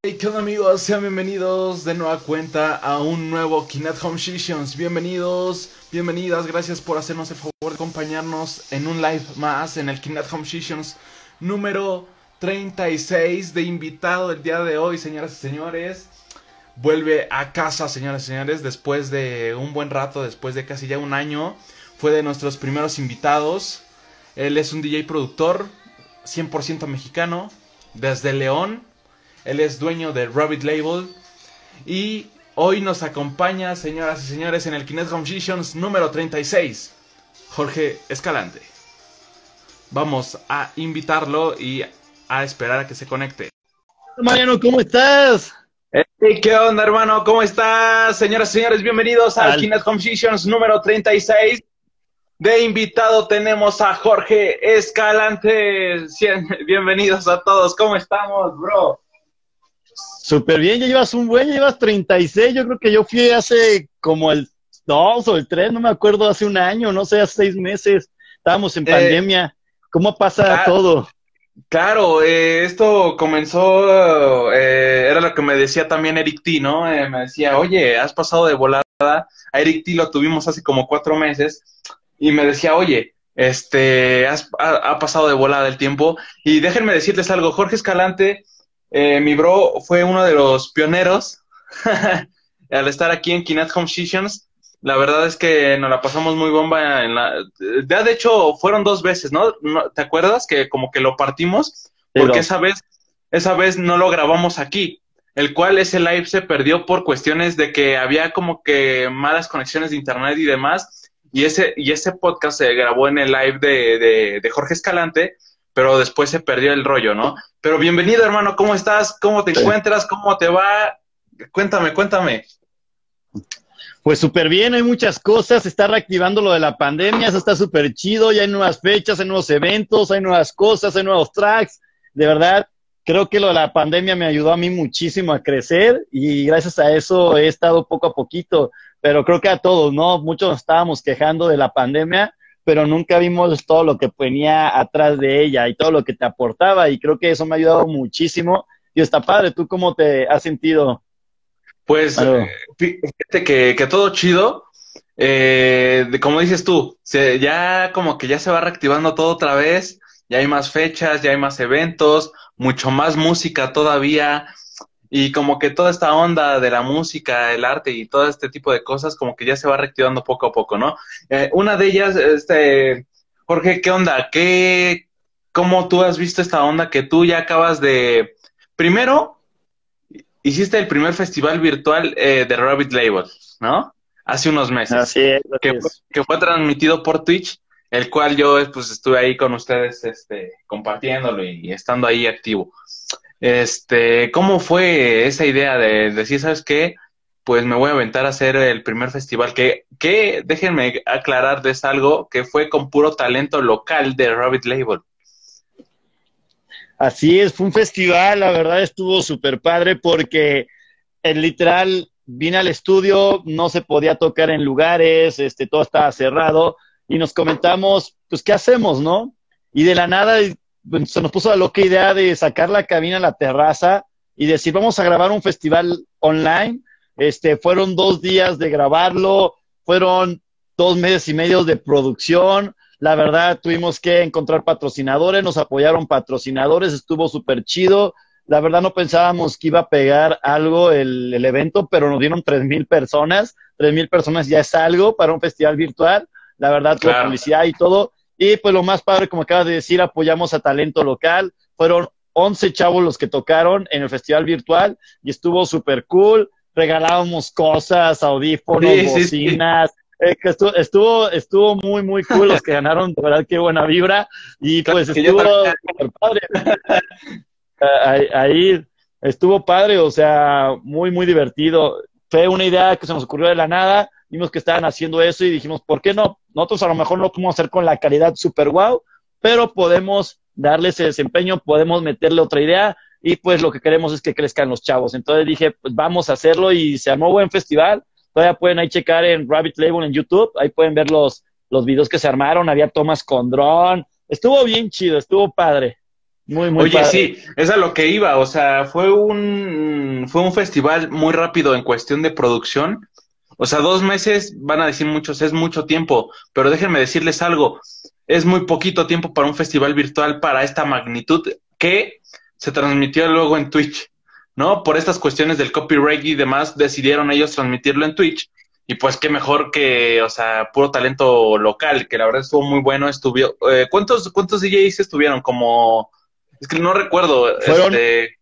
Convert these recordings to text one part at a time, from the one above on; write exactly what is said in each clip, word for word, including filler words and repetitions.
Hey, ¿qué onda amigos? Sean bienvenidos de nueva cuenta a un nuevo Kinect Home Sessions. Bienvenidos, bienvenidas, gracias por hacernos el favor de acompañarnos en un live más en el Kinect Home Sessions número treinta y seis de invitado el día de hoy, señoras y señores. Vuelve a casa, señoras y señores, después de un buen rato, después de casi ya un año. Fue de nuestros primeros invitados. Él es un D J productor, cien por ciento mexicano, desde León. Él es dueño de Rabbit Label. Y hoy nos acompaña, señoras y señores, en el Kinect Home Sessions número treinta y seis, Jorge Escalante. Vamos a invitarlo y a esperar a que se conecte. Mariano, ¿cómo estás? Hey, ¿qué onda, hermano? ¿Cómo estás? Señoras y señores, bienvenidos al, al... Kinect Home Sessions número treinta y seis. De invitado tenemos a Jorge Escalante. Bienvenidos a todos. ¿Cómo estamos, bro? Súper bien, ya llevas un buen, ya llevas treinta y seis. Yo creo que yo fui hace como el dos o el tres, no me acuerdo, hace un año, no sé, hace seis meses. Estábamos en pandemia. Eh, ¿Cómo pasa claro, todo? Claro, eh, esto comenzó, eh, era lo que me decía también Eric T, ¿no? Eh, me decía, oye, has pasado de volada. A Eric T lo tuvimos hace como cuatro meses y me decía, oye, este, has, ha, ha pasado de volada el tiempo. Y déjenme decirles algo, Jorge Escalante... Eh, mi bro fue uno de los pioneros al estar aquí en Kinect Home Sessions. La verdad es que nos la pasamos muy bomba. En la... Ya de hecho fueron dos veces, ¿no? ¿no? ¿Te acuerdas? Que como que lo partimos porque esa vez, esa vez no lo grabamos aquí, el cual ese live se perdió por cuestiones de que había como que malas conexiones de internet y demás. Y ese, y ese podcast se grabó en el live de, de, de Jorge Escalante, pero después se perdió el rollo, ¿no? Pero bienvenido, hermano, ¿cómo estás? ¿Cómo te encuentras? ¿Cómo te va? Cuéntame, cuéntame. Pues súper bien, hay muchas cosas, se está reactivando lo de la pandemia, eso está súper chido, ya hay nuevas fechas, hay nuevos eventos, hay nuevas cosas, hay nuevos tracks. De verdad, creo que lo de la pandemia me ayudó a mí muchísimo a crecer y gracias a eso he estado poco a poquito, pero creo que a todos, ¿no? Muchos nos estábamos quejando de la pandemia, pero nunca vimos todo lo que venía atrás de ella y todo lo que te aportaba, y creo que eso me ha ayudado muchísimo, y está padre. ¿Tú cómo te has sentido? Pues, eh, fíjate que, que todo chido, eh, de, como dices tú, se, ya como que ya se va reactivando todo otra vez, ya hay más fechas, ya hay más eventos, mucho más música todavía. Y como que toda esta onda de la música, el arte y todo este tipo de cosas, como que ya se va reactivando poco a poco, ¿no? Eh, una de ellas, este, Jorge, ¿qué onda? ¿Qué, cómo tú has visto esta onda que tú ya acabas de... Primero, hiciste el primer festival virtual eh, de Rabbit Label, ¿no? Hace unos meses. Así es, así que, fue, que fue transmitido por Twitch, el cual yo, pues, estuve ahí con ustedes, este, compartiéndolo y, y estando ahí activo. Este, ¿cómo fue esa idea de decir, sabes qué? Pues me voy a aventar a hacer el primer festival, que, que déjenme aclararles algo, que fue con puro talento local de Rabbit Label. Así es, fue un festival, la verdad estuvo súper padre porque el literal vine al estudio, no se podía tocar en lugares, este, todo estaba cerrado y nos comentamos, pues, ¿qué hacemos, no? Y de la nada se nos puso la loca idea de sacar la cabina a la terraza y decir, vamos a grabar un festival online. Este, fueron dos días de grabarlo, fueron dos meses y medio de producción. La verdad, tuvimos que encontrar patrocinadores, nos apoyaron patrocinadores, estuvo súper chido. La verdad, no pensábamos que iba a pegar algo el, el evento, pero nos dieron tres mil personas. Tres mil personas ya es algo para un festival virtual. La verdad, tuvo claro. Publicidad y todo. Y pues lo más padre, como acabas de decir, apoyamos a talento local. Fueron once chavos los que tocaron en el festival virtual y estuvo súper cool. Regalábamos cosas, audífonos, sí, bocinas. Sí, sí. Eh, que estuvo, estuvo, estuvo muy, muy cool los que ganaron. De verdad, qué buena vibra. Y pues claro, estuvo súper padre. ahí, ahí estuvo padre, o sea, muy, muy divertido. Fue una idea que se nos ocurrió de la nada. Vimos que estaban haciendo eso y dijimos, ¿por qué no? Nosotros a lo mejor no lo podemos hacer con la calidad super wow, pero podemos darle ese desempeño, podemos meterle otra idea y pues lo que queremos es que crezcan los chavos. Entonces dije, pues vamos a hacerlo y se armó buen festival. Todavía pueden ahí checar en Rabbit Label en YouTube, ahí pueden ver los, los videos que se armaron, había tomas con dron. Estuvo bien chido, estuvo padre. Muy, muy Oye, padre. sí, es a lo que iba, o sea, fue un, fue un festival muy rápido en cuestión de producción. O sea, dos meses, van a decir muchos, es mucho tiempo, pero déjenme decirles algo, es muy poquito tiempo para un festival virtual para esta magnitud que se transmitió luego en Twitch, ¿no? Por estas cuestiones del copyright y demás, decidieron ellos transmitirlo en Twitch. Y pues qué mejor que, o sea, puro talento local, que la verdad estuvo muy bueno, estuvo, eh, ¿cuántos, cuántos D Js estuvieron? Como es que no recuerdo, Fueron, este,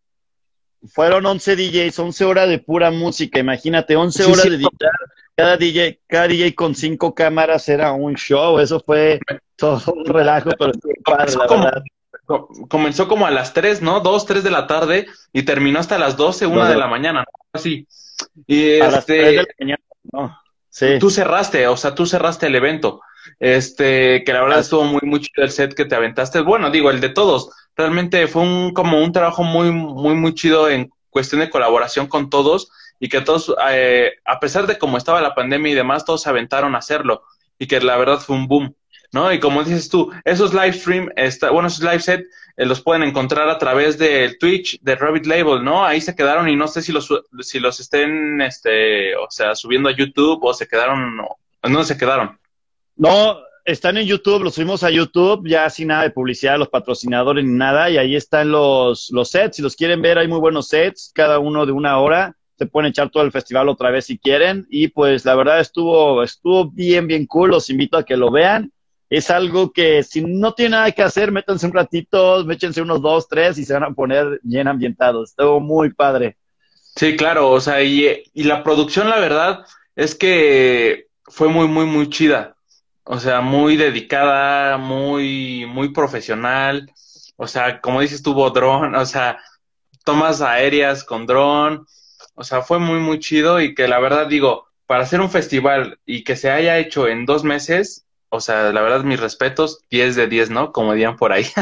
fueron once D Js, once horas de pura música, imagínate, once sí, horas sí, de editar, cada D J, cada D J con cinco cámaras era un show, eso fue todo un relajo, pero estuvo padre, comenzó la como, verdad. co- comenzó como a las tres, ¿no? Dos, tres de la tarde y terminó hasta las doce, Dos una de de la- la mañana, ¿no? Así. Y a las tres de la este, mañana, ¿no? Sí, tú cerraste, o sea, tú cerraste el evento. Este, que la verdad así. estuvo muy, muy chido el set que te aventaste. Bueno, digo, el de todos. Realmente fue un, como un trabajo muy, muy, muy chido en cuestión de colaboración con todos y que todos, eh, a pesar de cómo estaba la pandemia y demás, todos se aventaron a hacerlo y que la verdad fue un boom, ¿no? Y como dices tú, esos live stream, está, bueno, esos live set eh, los pueden encontrar a través del Twitch de Rabbit Label, ¿no? Ahí se quedaron y no sé si los, si los estén, este, o sea, subiendo a YouTube o se quedaron, no, no se quedaron. No, están en YouTube, los subimos a YouTube, ya sin nada de publicidad, los patrocinadores ni nada, y ahí están los, los sets, si los quieren ver, hay muy buenos sets, cada uno de una hora, se pueden echar todo el festival otra vez si quieren, y pues la verdad estuvo, estuvo bien, bien cool, los invito a que lo vean, es algo que si no tienen nada que hacer, métanse un ratito, méchense unos dos, tres, y se van a poner bien ambientados, estuvo muy padre. Sí, claro, o sea, y, y la producción, la verdad, es que fue muy, muy, muy chida. O sea, muy dedicada, muy, muy profesional. O sea, como dices, tuvo dron, o sea, tomas aéreas con dron. O sea, fue muy, muy chido y que la verdad digo, para hacer un festival y que se haya hecho en dos meses, o sea, la verdad, mis respetos, diez de diez, ¿no? Como dirían por ahí.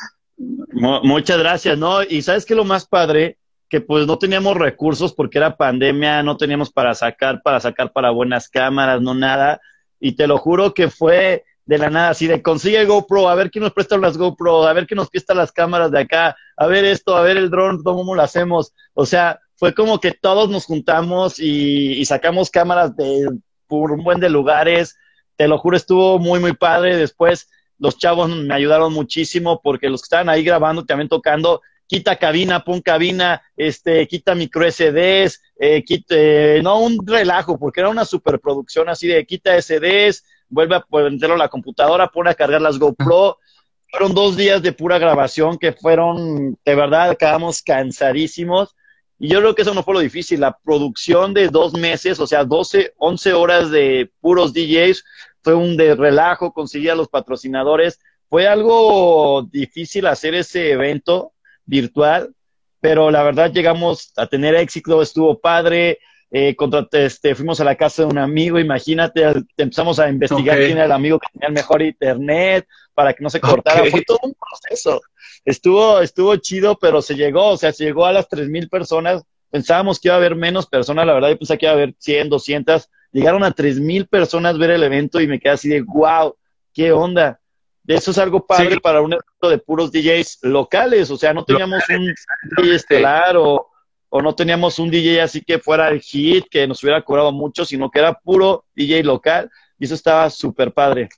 Mu- muchas gracias, ¿no? Y sabes qué es lo más padre, que pues no teníamos recursos porque era pandemia, no teníamos para sacar, para sacar para buenas cámaras, no nada. Y te lo juro que fue de la nada, así de consigue GoPro, a ver quién nos presta las GoPro, a ver quién nos presta las cámaras de acá, a ver esto, a ver el dron, cómo lo hacemos. O sea, fue como que todos nos juntamos y, y sacamos cámaras de por un buen de lugares. Te lo juro, estuvo muy, muy padre. Después los chavos me ayudaron muchísimo porque los que estaban ahí grabando, también tocando, quita cabina, pon cabina, este, quita micro S Ds, eh, quita, eh, no un relajo, porque era una superproducción así de quita S Ds, vuelve a ponerlo a la computadora, pone a cargar las GoPro. Fueron dos días de pura grabación que fueron, de verdad, acabamos cansadísimos. Y yo creo que eso no fue lo difícil, la producción de dos meses, o sea, doce, once horas de puros D Js, fue un de relajo, conseguir a los patrocinadores. Fue algo difícil hacer ese evento virtual, pero la verdad llegamos a tener éxito, estuvo padre. Eh, contra, este, fuimos a la casa de un amigo, imagínate, empezamos a Ok, investigar quién era el amigo que tenía el mejor internet para que no se ok. cortara. Fue todo un proceso. Estuvo, estuvo chido, pero se llegó, o sea, se llegó a las tres mil personas. Pensábamos que iba a haber menos personas, la verdad, yo pensé que iba a haber cien, doscientas. Llegaron a tres mil personas ver el evento y me quedé así de, wow, ¿qué onda? Eso es algo Sí, padre para un evento de puros D Js locales, o sea, no claro, teníamos un D J exactamente. estelar o, o no teníamos un D J así que fuera el hit, que nos hubiera cobrado mucho, sino que era puro D J local y eso estaba súper padre.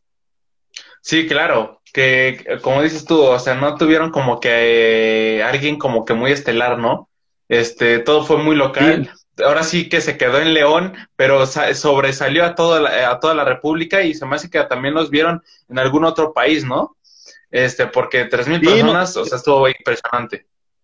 Sí, claro, que eh, como dices tú, o sea, no tuvieron como que eh, alguien como que muy estelar, ¿no? Este, todo fue muy local. Sí, Ahora sí que se quedó en León, pero sa- sobresalió a toda la, a toda la República y se me hace que también los vieron en algún otro país, ¿no? Este, porque tres mil sí, no, personas, o sea, estuvo impresionante.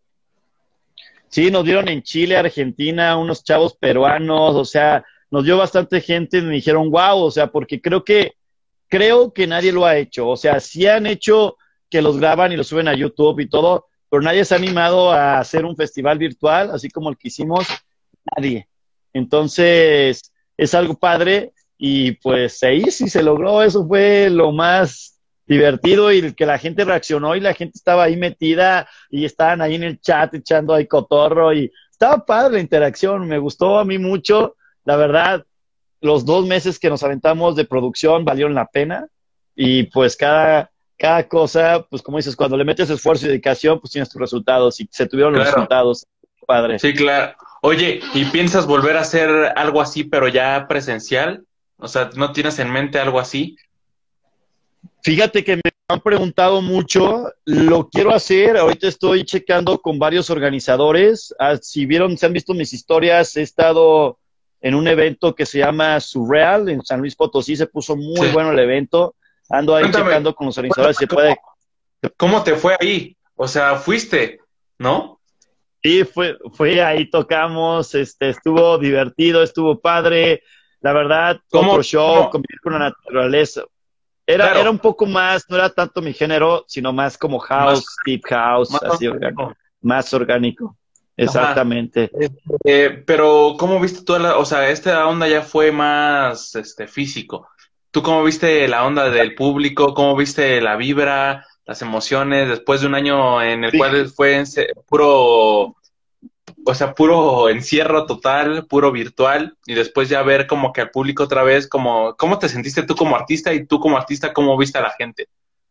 sí, nos dieron en Chile, Argentina, unos chavos peruanos, o sea, nos dio bastante gente y me dijeron, wow, o sea, porque creo que, creo que nadie lo ha hecho, o sea, sí han hecho que los graban y los suben a YouTube y todo, pero nadie se ha animado a hacer un festival virtual, así como el que hicimos, nadie. Entonces, es algo padre y pues ahí sí se logró, eso fue lo más divertido y que la gente reaccionó y la gente estaba ahí metida y estaban ahí en el chat echando ahí cotorro y estaba padre la interacción, me gustó a mí mucho, la verdad, los dos meses que nos aventamos de producción valieron la pena y pues cada, cada cosa, pues como dices, cuando le metes esfuerzo y dedicación, pues tienes tus resultados y se tuvieron los Claro. resultados. Padre. Sí, claro. Oye, ¿y piensas volver a hacer algo así, pero ya presencial? O sea, ¿no tienes en mente algo así? Fíjate que me han preguntado mucho, lo quiero hacer, ahorita estoy checando con varios organizadores, ah, si vieron, si han visto mis historias, he estado en un evento que se llama Surreal en San Luis Potosí, se puso muy Sí. bueno el evento, ando ahí Cuéntame, checando con los organizadores si se ¿cómo, puede. cómo te fue ahí? O sea, fuiste, ¿no? Sí, fue, fue ahí tocamos, este, estuvo divertido, estuvo padre, la verdad, ¿Cómo, otro show, cómo? convivir con la naturaleza. Era, era Claro, un poco más, no era tanto mi género, sino más como más, house, deep house, más así orgánico, orgánico. más orgánico. Ajá. Exactamente. Eh, pero, ¿cómo viste toda la, o sea, esta onda ya fue más, este, físico? ¿Tú cómo viste la onda del público? ¿Cómo viste la vibra, las emociones después de un año en el cual fue en se- puro, o sea, puro encierro total, puro virtual, y después ya ver como que al público otra vez, como, ¿cómo te sentiste tú como artista y tú como artista, cómo viste a la gente?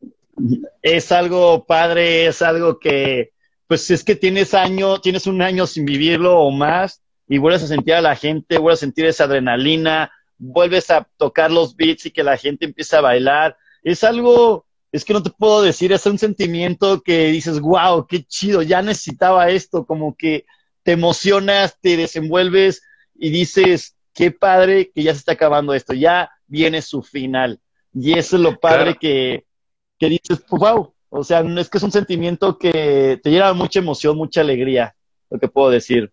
Es algo padre, es algo que, pues es que tienes año, tienes un año sin vivirlo o más, y vuelves a sentir a la gente, vuelves a sentir esa adrenalina, vuelves a tocar los beats y que la gente empieza a bailar. Es algo, es que no te puedo decir, es un sentimiento que dices, wow, qué chido, ya necesitaba esto, como que te emocionas, te desenvuelves y dices, qué padre que ya se está acabando esto, ya viene su final. Y eso es lo Claro. padre que que dices, pues, wow, o sea, es que es un sentimiento que te llena mucha emoción, mucha alegría, lo que puedo decir.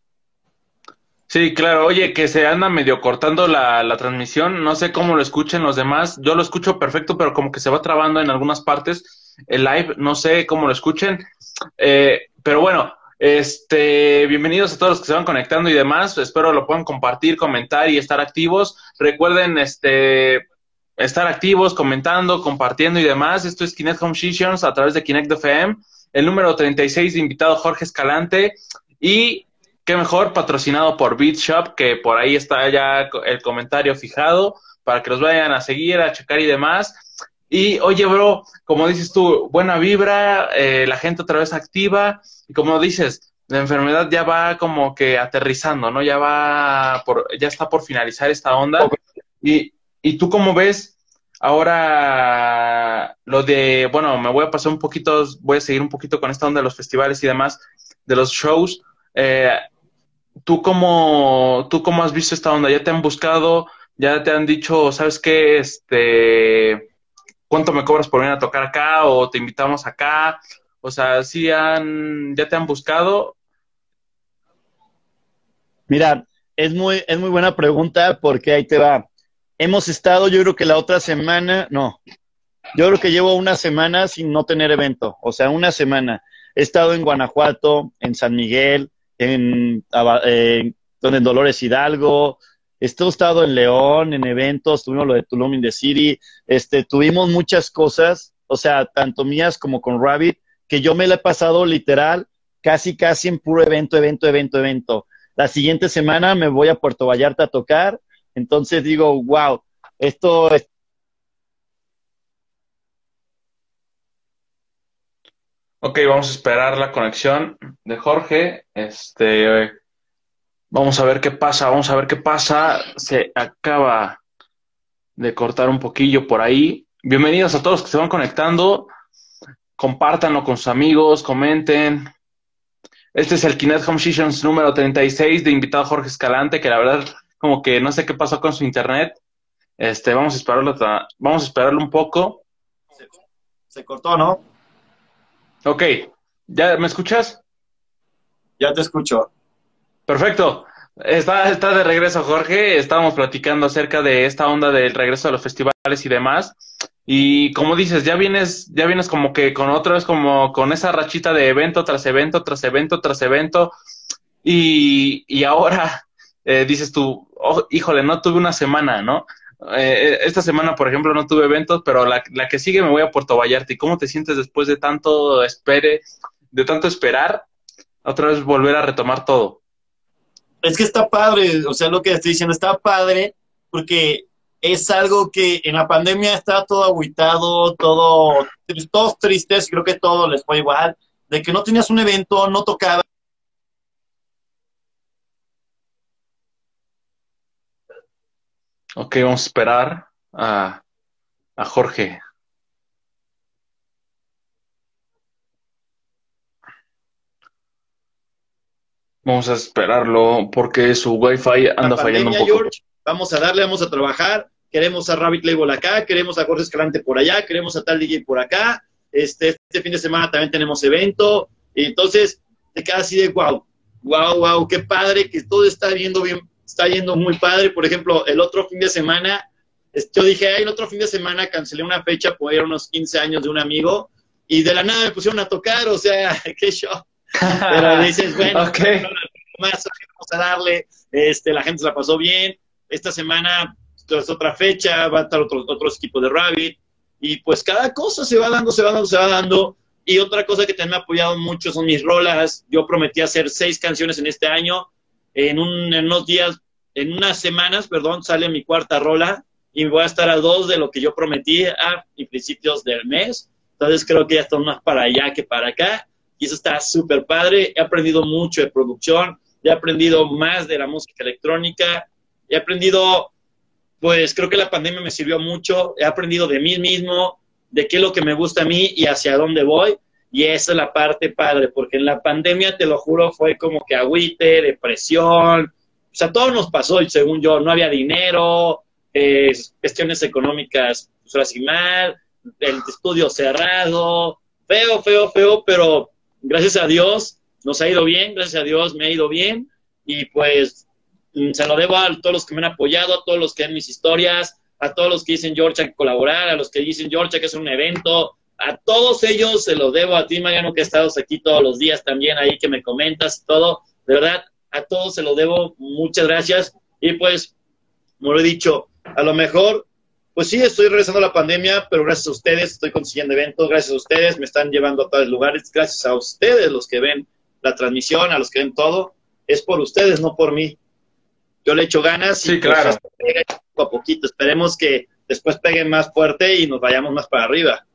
Sí, claro. Oye, que se anda medio cortando la, la transmisión. No sé cómo lo escuchen los demás. Yo lo escucho perfecto, pero como que se va trabando en algunas partes. El live, no sé cómo lo escuchen. Eh, pero bueno, este, bienvenidos a todos los que se van conectando y demás. Espero lo puedan compartir, comentar y estar activos. Recuerden, este, estar activos, comentando, compartiendo y demás. Esto es Kinect Home Sessions a través de Kinect F M. El número treinta y seis de invitado Jorge Escalante. Y qué mejor patrocinado por Beat Shop, que por ahí está ya el comentario fijado para que los vayan a seguir, a checar y demás. Y oye, bro, como dices tú, buena vibra, eh, la gente otra vez activa, y como dices, la enfermedad ya va como que aterrizando, ¿no? Ya va por, ya está por finalizar esta onda. Y, y tú cómo ves ahora lo de, bueno, me voy a pasar un poquito, voy a seguir un poquito con esta onda de los festivales y demás, de los shows. Eh, ¿Tú cómo, tú cómo has visto esta onda? ¿Ya te han buscado? ¿Ya te han dicho, sabes qué, este, cuánto me cobras por venir a tocar acá o te invitamos acá? O sea, ¿sí han, ya te han buscado? Mira, es muy, es muy buena pregunta porque ahí te va. Hemos estado, yo creo que la otra semana, no, yo creo que llevo una semana sin no tener evento, o sea, una semana. He estado en Guanajuato, en San Miguel, en, en, en Dolores Hidalgo, he estado en León, en eventos, tuvimos lo de Tulum in the City, este, tuvimos muchas cosas, o sea, tanto mías como con Rabbit, que yo me la he pasado literal, casi, casi en puro evento, evento, evento, evento. La siguiente semana me voy a Puerto Vallarta a tocar, entonces digo, wow, esto es. Ok, vamos a esperar la conexión de Jorge. Este, vamos a ver qué pasa, vamos a ver qué pasa. Se acaba de cortar un poquillo por ahí. Bienvenidos a todos los que se van conectando. Compártanlo con sus amigos, comenten. Este es el Kinect Home Sessions número treinta y seis de invitado Jorge Escalante, que la verdad, como que no sé qué pasó con su internet. Este, vamos a esperarlo, vamos a esperarlo un poco. Se, se cortó, ¿no? Ok, ¿ya me escuchas? Ya te escucho. Perfecto. Está, está de regreso Jorge. Estábamos platicando acerca de esta onda del regreso a los festivales y demás. Y como dices, ya vienes, ya vienes como que con otra vez como con esa rachita de evento tras evento, tras evento, tras evento. Y, y ahora eh, dices tú, oh, híjole, no tuve una semana, ¿no? Eh, esta semana, por ejemplo, no tuve eventos, pero la, la que sigue me voy a Puerto Vallarta. ¿Y cómo te sientes después de tanto espere, de tanto esperar, otra vez volver a retomar todo? Es que está padre, o sea, lo que estoy diciendo está padre porque es algo que en la pandemia estaba todo agüitado, todo, todos tristes, creo que todo les fue igual, de que no tenías un evento, no tocaba. Ok, vamos a esperar a, a Jorge. Vamos a esperarlo porque su wifi anda La fallando un pandemia, poco. George, vamos a darle, vamos a trabajar, queremos a Rabbit Label acá, queremos a Jorge Escalante por allá, queremos a tal D J por acá, este, este fin de semana también tenemos evento, y entonces te quedas así de wow, wow, wow, qué padre, que todo está yendo bien, está yendo muy padre. Por ejemplo, el otro fin de semana, yo dije, ay, el otro fin de semana cancelé una fecha, por ir a unos quince años de un amigo, y de la nada me pusieron a tocar, o sea, qué show. Pero dices, bueno, okay. más, vamos a darle, este, la gente se la pasó bien, esta semana es otra fecha, va a estar otro, otros equipos de Rabbit, y pues cada cosa se va dando, se va dando, se va dando, y otra cosa que también me ha apoyado mucho son mis rolas. Yo prometí hacer seis canciones en este año, en, un, en unos días, en unas semanas, perdón, sale mi cuarta rola, y voy a estar a dos de lo que yo prometí a principios del mes, entonces creo que ya estamos más para allá que para acá, y eso está súper padre. He aprendido mucho de producción, he aprendido más de la música electrónica, he aprendido, pues creo que la pandemia me sirvió mucho, he aprendido de mí mismo, de qué es lo que me gusta a mí y hacia dónde voy, y esa es la parte padre, porque en la pandemia, te lo juro, fue como que agüite, depresión, o sea, todo nos pasó, y según yo, no había dinero, eh, cuestiones económicas, pues así mal, el estudio cerrado, feo, feo, feo, pero gracias a Dios nos ha ido bien, gracias a Dios me ha ido bien, y pues se lo debo a todos los que me han apoyado, a todos los que ven mis historias, a todos los que dicen, George, hay que colaborar, a los que dicen, George, hay que hacer un evento, a todos ellos se lo debo, a ti, Mariano, que estás aquí todos los días también, ahí que me comentas y todo, de verdad, a todos se lo debo, muchas gracias, y pues, como lo he dicho, a lo mejor, pues sí, estoy regresando a la pandemia, pero gracias a ustedes estoy consiguiendo eventos, gracias a ustedes me están llevando a todos lugares, gracias a ustedes los que ven la transmisión, a los que ven todo, es por ustedes, no por mí. Yo le echo ganas sí, y claro. pues, pega poco a poquito. Esperemos que después peguen más fuerte y nos vayamos más para arriba.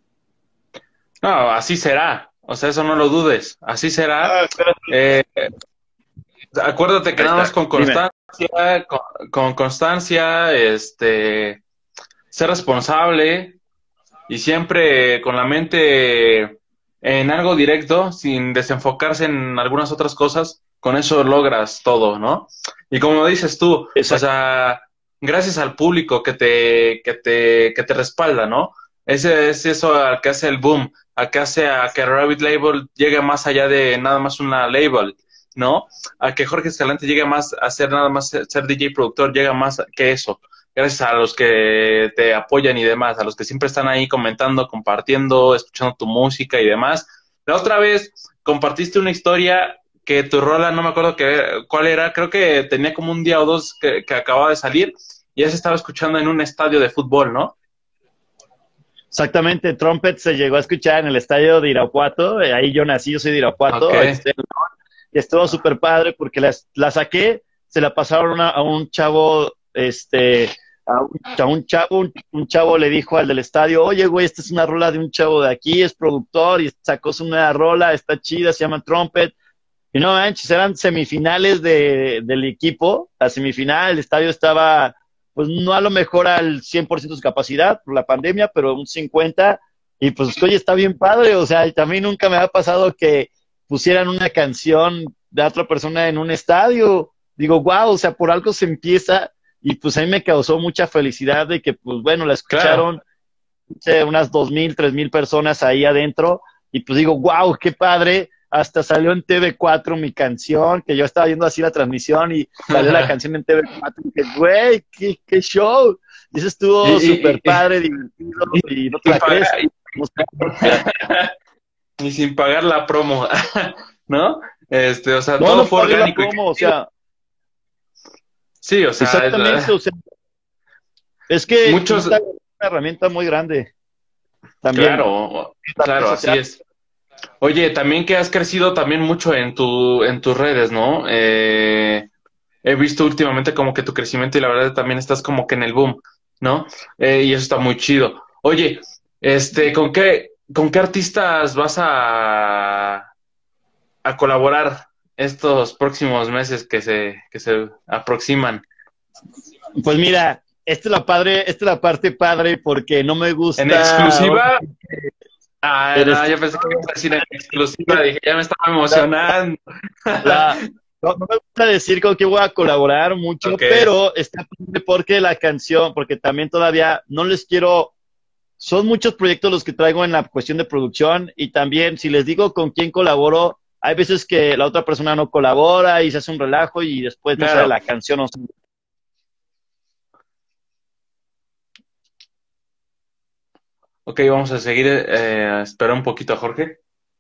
No, así será. O sea, eso no lo dudes. Así será. Ah, eh, acuérdate que Ahí nada más está. con constancia, con, con constancia, este, ser responsable y siempre con la mente en algo directo, sin desenfocarse en algunas otras cosas, con eso logras todo, ¿no? Y como dices tú, Exacto. o sea, gracias al público que te, que te, que te respalda, ¿no? Ese es eso al que hace el boom, al que hace a que Rabbit Label llegue más allá de nada más una label, ¿no? A que Jorge Escalante llegue más a ser nada más ser D J productor, llega más que eso. Gracias a los que te apoyan y demás, a los que siempre están ahí comentando, compartiendo, escuchando tu música y demás. La otra vez compartiste una historia que tu rola, no me acuerdo qué, cuál era, creo que tenía como un día o dos que, que acababa de salir y ya se estaba escuchando en un estadio de fútbol, ¿no? Exactamente, Trumpet se llegó a escuchar en el estadio de Irapuato, ahí yo nací, yo soy de Irapuato, Okay. este, y estuvo súper padre porque la, la saqué, se la pasaron a, a un chavo, este, a un, a un chavo, un, un chavo le dijo al del estadio, oye, güey, esta es una rola de un chavo de aquí, es productor, y sacó su nueva rola, está chida, se llama Trumpet, y no manches, eran semifinales de, del equipo, la semifinal, el estadio estaba, pues no a lo mejor al cien por ciento de su capacidad por la pandemia, pero un cincuenta por ciento, y pues oye, está bien padre, o sea, también nunca me ha pasado que pusieran una canción de otra persona en un estadio, digo, wow, o sea, por algo se empieza, y pues a mí me causó mucha felicidad de que, pues bueno, la escucharon, claro, unas dos mil, tres mil personas ahí adentro, y pues digo, wow, qué padre, hasta salió en T V cuatro mi canción, que yo estaba viendo así la transmisión y salió la canción en T V cuatro y dije, güey, qué, qué show. Y eso estuvo súper padre, divertido y, y no te la crees. Ni sin pagar la promo, ¿no? Este, o sea, no, todo no fue orgánico. La promo, o sea, sí, o sea, exactamente, o sea, es que muchos... es una herramienta muy grande. También. Claro, claro, así es. Oye, también que has crecido también mucho en tu, en tus redes, ¿no? Eh, he visto últimamente como que tu crecimiento y la verdad también estás como que en el boom. ¿no? Eh, y eso está muy chido. Oye, este, ¿con qué, con qué artistas vas a, a colaborar estos próximos meses que se, que se aproximan? Pues mira, esta es la padre, esta es la parte padre porque no me En gusta ahora exclusiva, ah, eres no, yo pensé que ibas a decir en exclusiva, dije, ya me estaba emocionando. la, no, no me gusta decir con quién voy a colaborar mucho, Ok, pero está padre porque la canción, porque también todavía no les quiero, son muchos proyectos los que traigo en la cuestión de producción y también si les digo con quién colaboro, hay veces que la otra persona no colabora y se hace un relajo y después no sale claro. la canción. O sea, Ok, vamos a seguir, eh, a esperar un poquito a Jorge.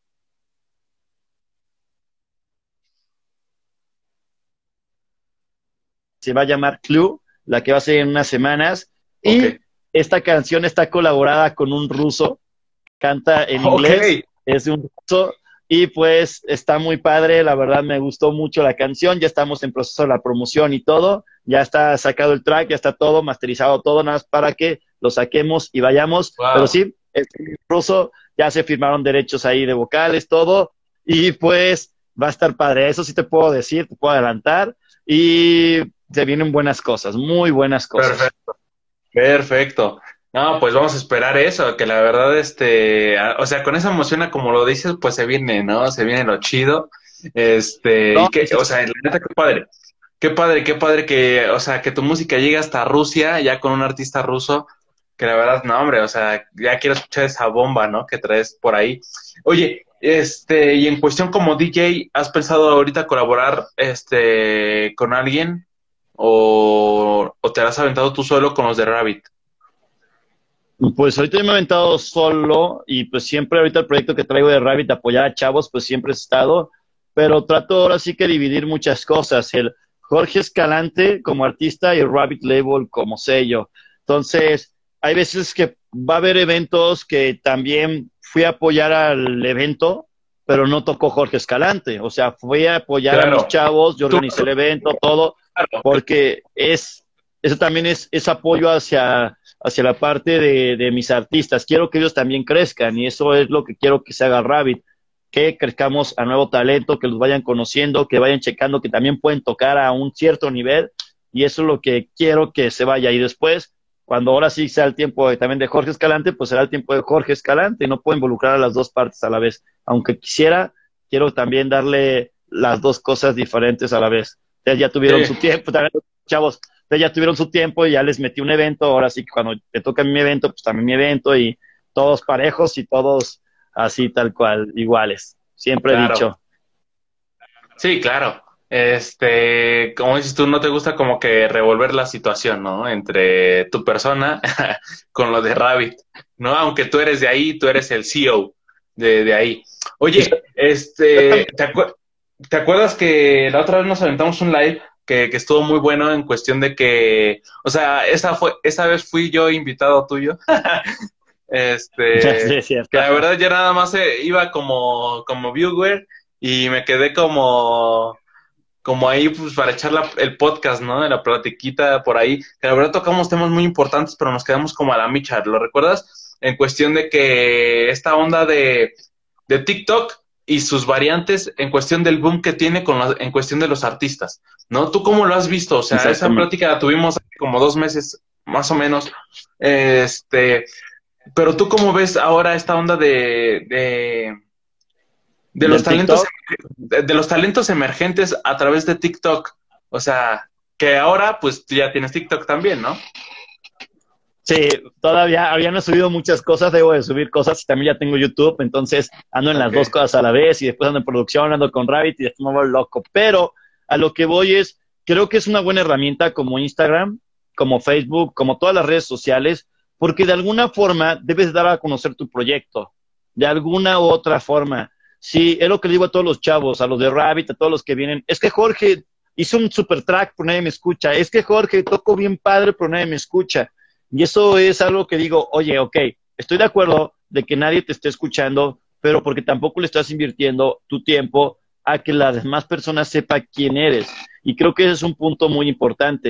se va a llamar Clue, la que va a ser en unas semanas Ok, y esta canción está colaborada con un ruso, canta en ok, inglés, es de un ruso y pues está muy padre, la verdad me gustó mucho la canción, ya estamos en proceso de la promoción y todo, ya está sacado el track, ya está todo, masterizado todo, nada más para que lo saquemos y vayamos, pero wow, sí, es ruso, ya se firmaron derechos ahí de vocales, todo, y pues va a estar padre, eso sí te puedo decir, te puedo adelantar, y se vienen buenas cosas, muy buenas cosas. perfecto, perfecto. No, pues vamos a esperar eso, que la verdad, este, a- o sea, con esa emoción, a como lo dices, pues se viene, ¿no? Se viene lo chido, este, No, y que, o sea, la neta, qué padre, qué padre, qué padre que, o sea, que tu música llegue hasta Rusia, ya con un artista ruso, que la verdad, no, hombre, o sea, ya quiero escuchar esa bomba, ¿no? Que traes por ahí. Oye, este, y en cuestión como D J, ¿has pensado ahorita colaborar, este, con alguien? ¿O, o te has aventado tú solo con los de Rabbit? pues ahorita yo me he aventado solo y pues siempre ahorita el proyecto que traigo de Rabbit, apoyar a chavos, pues siempre he estado, pero trato ahora sí que dividir muchas cosas. El Jorge Escalante como artista y Rabbit Label como sello. Entonces, hay veces que va a haber eventos que también fui a apoyar al evento, pero no tocó Jorge Escalante. O sea, fui a apoyar a mis Claro, chavos, yo tú, organicé el evento, todo, claro, porque es, eso también es, es apoyo hacia hacia la parte de, de, mis artistas. Quiero que ellos también crezcan y eso es lo que quiero que se haga Rabbit, que crezcamos a nuevo talento, que los vayan conociendo, que vayan checando que también pueden tocar a un cierto nivel y eso es lo que quiero que se vaya. Y después, cuando ahora sí sea el tiempo de, también de Jorge Escalante, pues será el tiempo de Jorge Escalante y no puedo involucrar a las dos partes a la vez. Aunque quisiera, quiero también darle las dos cosas diferentes a la vez. Ustedes ya tuvieron sí, su tiempo, también, chavos, ustedes ya tuvieron su tiempo y ya les metí un evento, ahora sí que cuando te toca mi evento, pues también mi evento y todos parejos y todos así tal cual, iguales. Siempre he claro. dicho. Sí, claro. Este, como dices tú, no te gusta como que revolver la situación, ¿no? Entre tu persona con lo de Rabbit, ¿no? Aunque tú eres de ahí, tú eres el C E O de, de ahí. Oye, este, ¿te, acuer- te acuerdas que la otra vez nos aventamos un live que, que estuvo muy bueno en cuestión de que, o sea, esa fue, esa vez fui yo invitado tuyo. Sí, Este, es que cierto. la verdad ya nada más eh, iba como, como viewer y me quedé como, como ahí pues para echar la- el podcast, ¿no? De la platiquita por ahí. Que la verdad tocamos temas muy importantes, pero nos quedamos como a la micha. ¿Lo recuerdas? En cuestión de que esta onda de, de TikTok y sus variantes en cuestión del boom que tiene con la- en cuestión de los artistas, ¿no? ¿Tú cómo lo has visto? O sea, esa Exactamente. plática la tuvimos hace como dos meses, más o menos. Este, pero tú cómo ves ahora esta onda de, de, de los Del talentos TikTok. de, de los talentos emergentes a través de TikTok? O sea, que ahora pues tú ya tienes TikTok también, ¿no? Sí, todavía había no he subido muchas cosas, debo de subir cosas y también ya tengo YouTube, entonces ando en las Ok, dos cosas a la vez y después ando en producción, ando con Rabbit y después me vuelvo loco. Pero a lo que voy es, creo que es una buena herramienta como Instagram, como Facebook, como todas las redes sociales, porque de alguna forma debes dar a conocer tu proyecto, de alguna u otra forma. Sí, es lo que le digo a todos los chavos, a los de Rabbit, a todos los que vienen. Es que Jorge hizo un super track, pero nadie me escucha. Es que Jorge tocó bien padre, pero nadie me escucha. Y eso es algo que digo, oye, ok, estoy de acuerdo de que nadie te esté escuchando, pero porque tampoco le estás invirtiendo tu tiempo a que las demás personas sepan quién eres. Y creo que ese es un punto muy importante.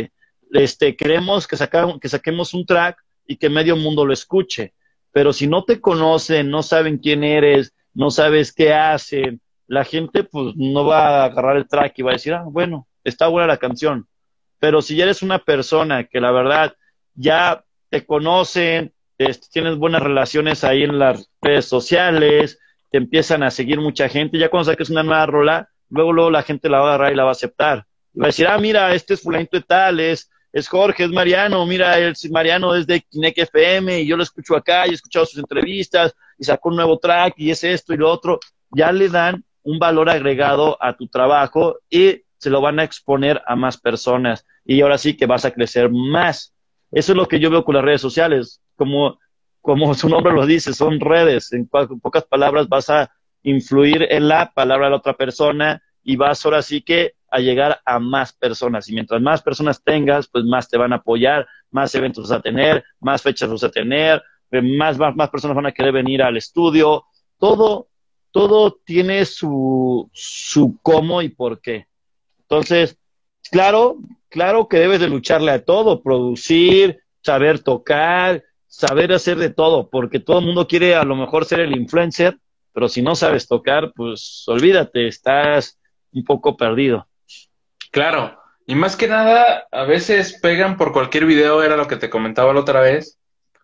este, queremos que, saca, que saquemos un track y que medio mundo lo escuche. Pero si no te conocen, no saben quién eres, no sabes qué hacen, la gente pues no va a agarrar el track y va a decir, ah, bueno, está buena la canción. Pero si ya eres una persona que la verdad ya te conocen, este, tienes buenas relaciones ahí en las redes sociales, te empiezan a seguir mucha gente, ya cuando saques una nueva rola, luego, luego la gente la va a agarrar y la va a aceptar. Y va a decir, ah, mira, este es fulanito de tal, es, es Jorge, es Mariano, mira, el Mariano es de Kinect F M y yo lo escucho acá y he escuchado sus entrevistas y sacó un nuevo track y es esto y lo otro. Ya le dan un valor agregado a tu trabajo y se lo van a exponer a más personas y ahora sí que vas a crecer más. Eso es lo que yo veo con las redes sociales, como, como su nombre lo dice, son redes. En, en pocas palabras vas a influir en la palabra de la otra persona y vas ahora sí que a llegar a más personas. Y mientras más personas tengas, pues más te van a apoyar, más eventos vas a tener, más fechas vas a tener, más, más, más personas van a querer venir al estudio. Todo, todo tiene su, su cómo y por qué. Entonces, claro, claro que debes de lucharle a todo, producir, saber tocar, saber hacer de todo, porque todo el mundo quiere a lo mejor ser el influencer, pero si no sabes tocar, pues olvídate, estás un poco perdido. Claro, y más que nada, a veces pegan por cualquier video, era lo que te comentaba la otra vez,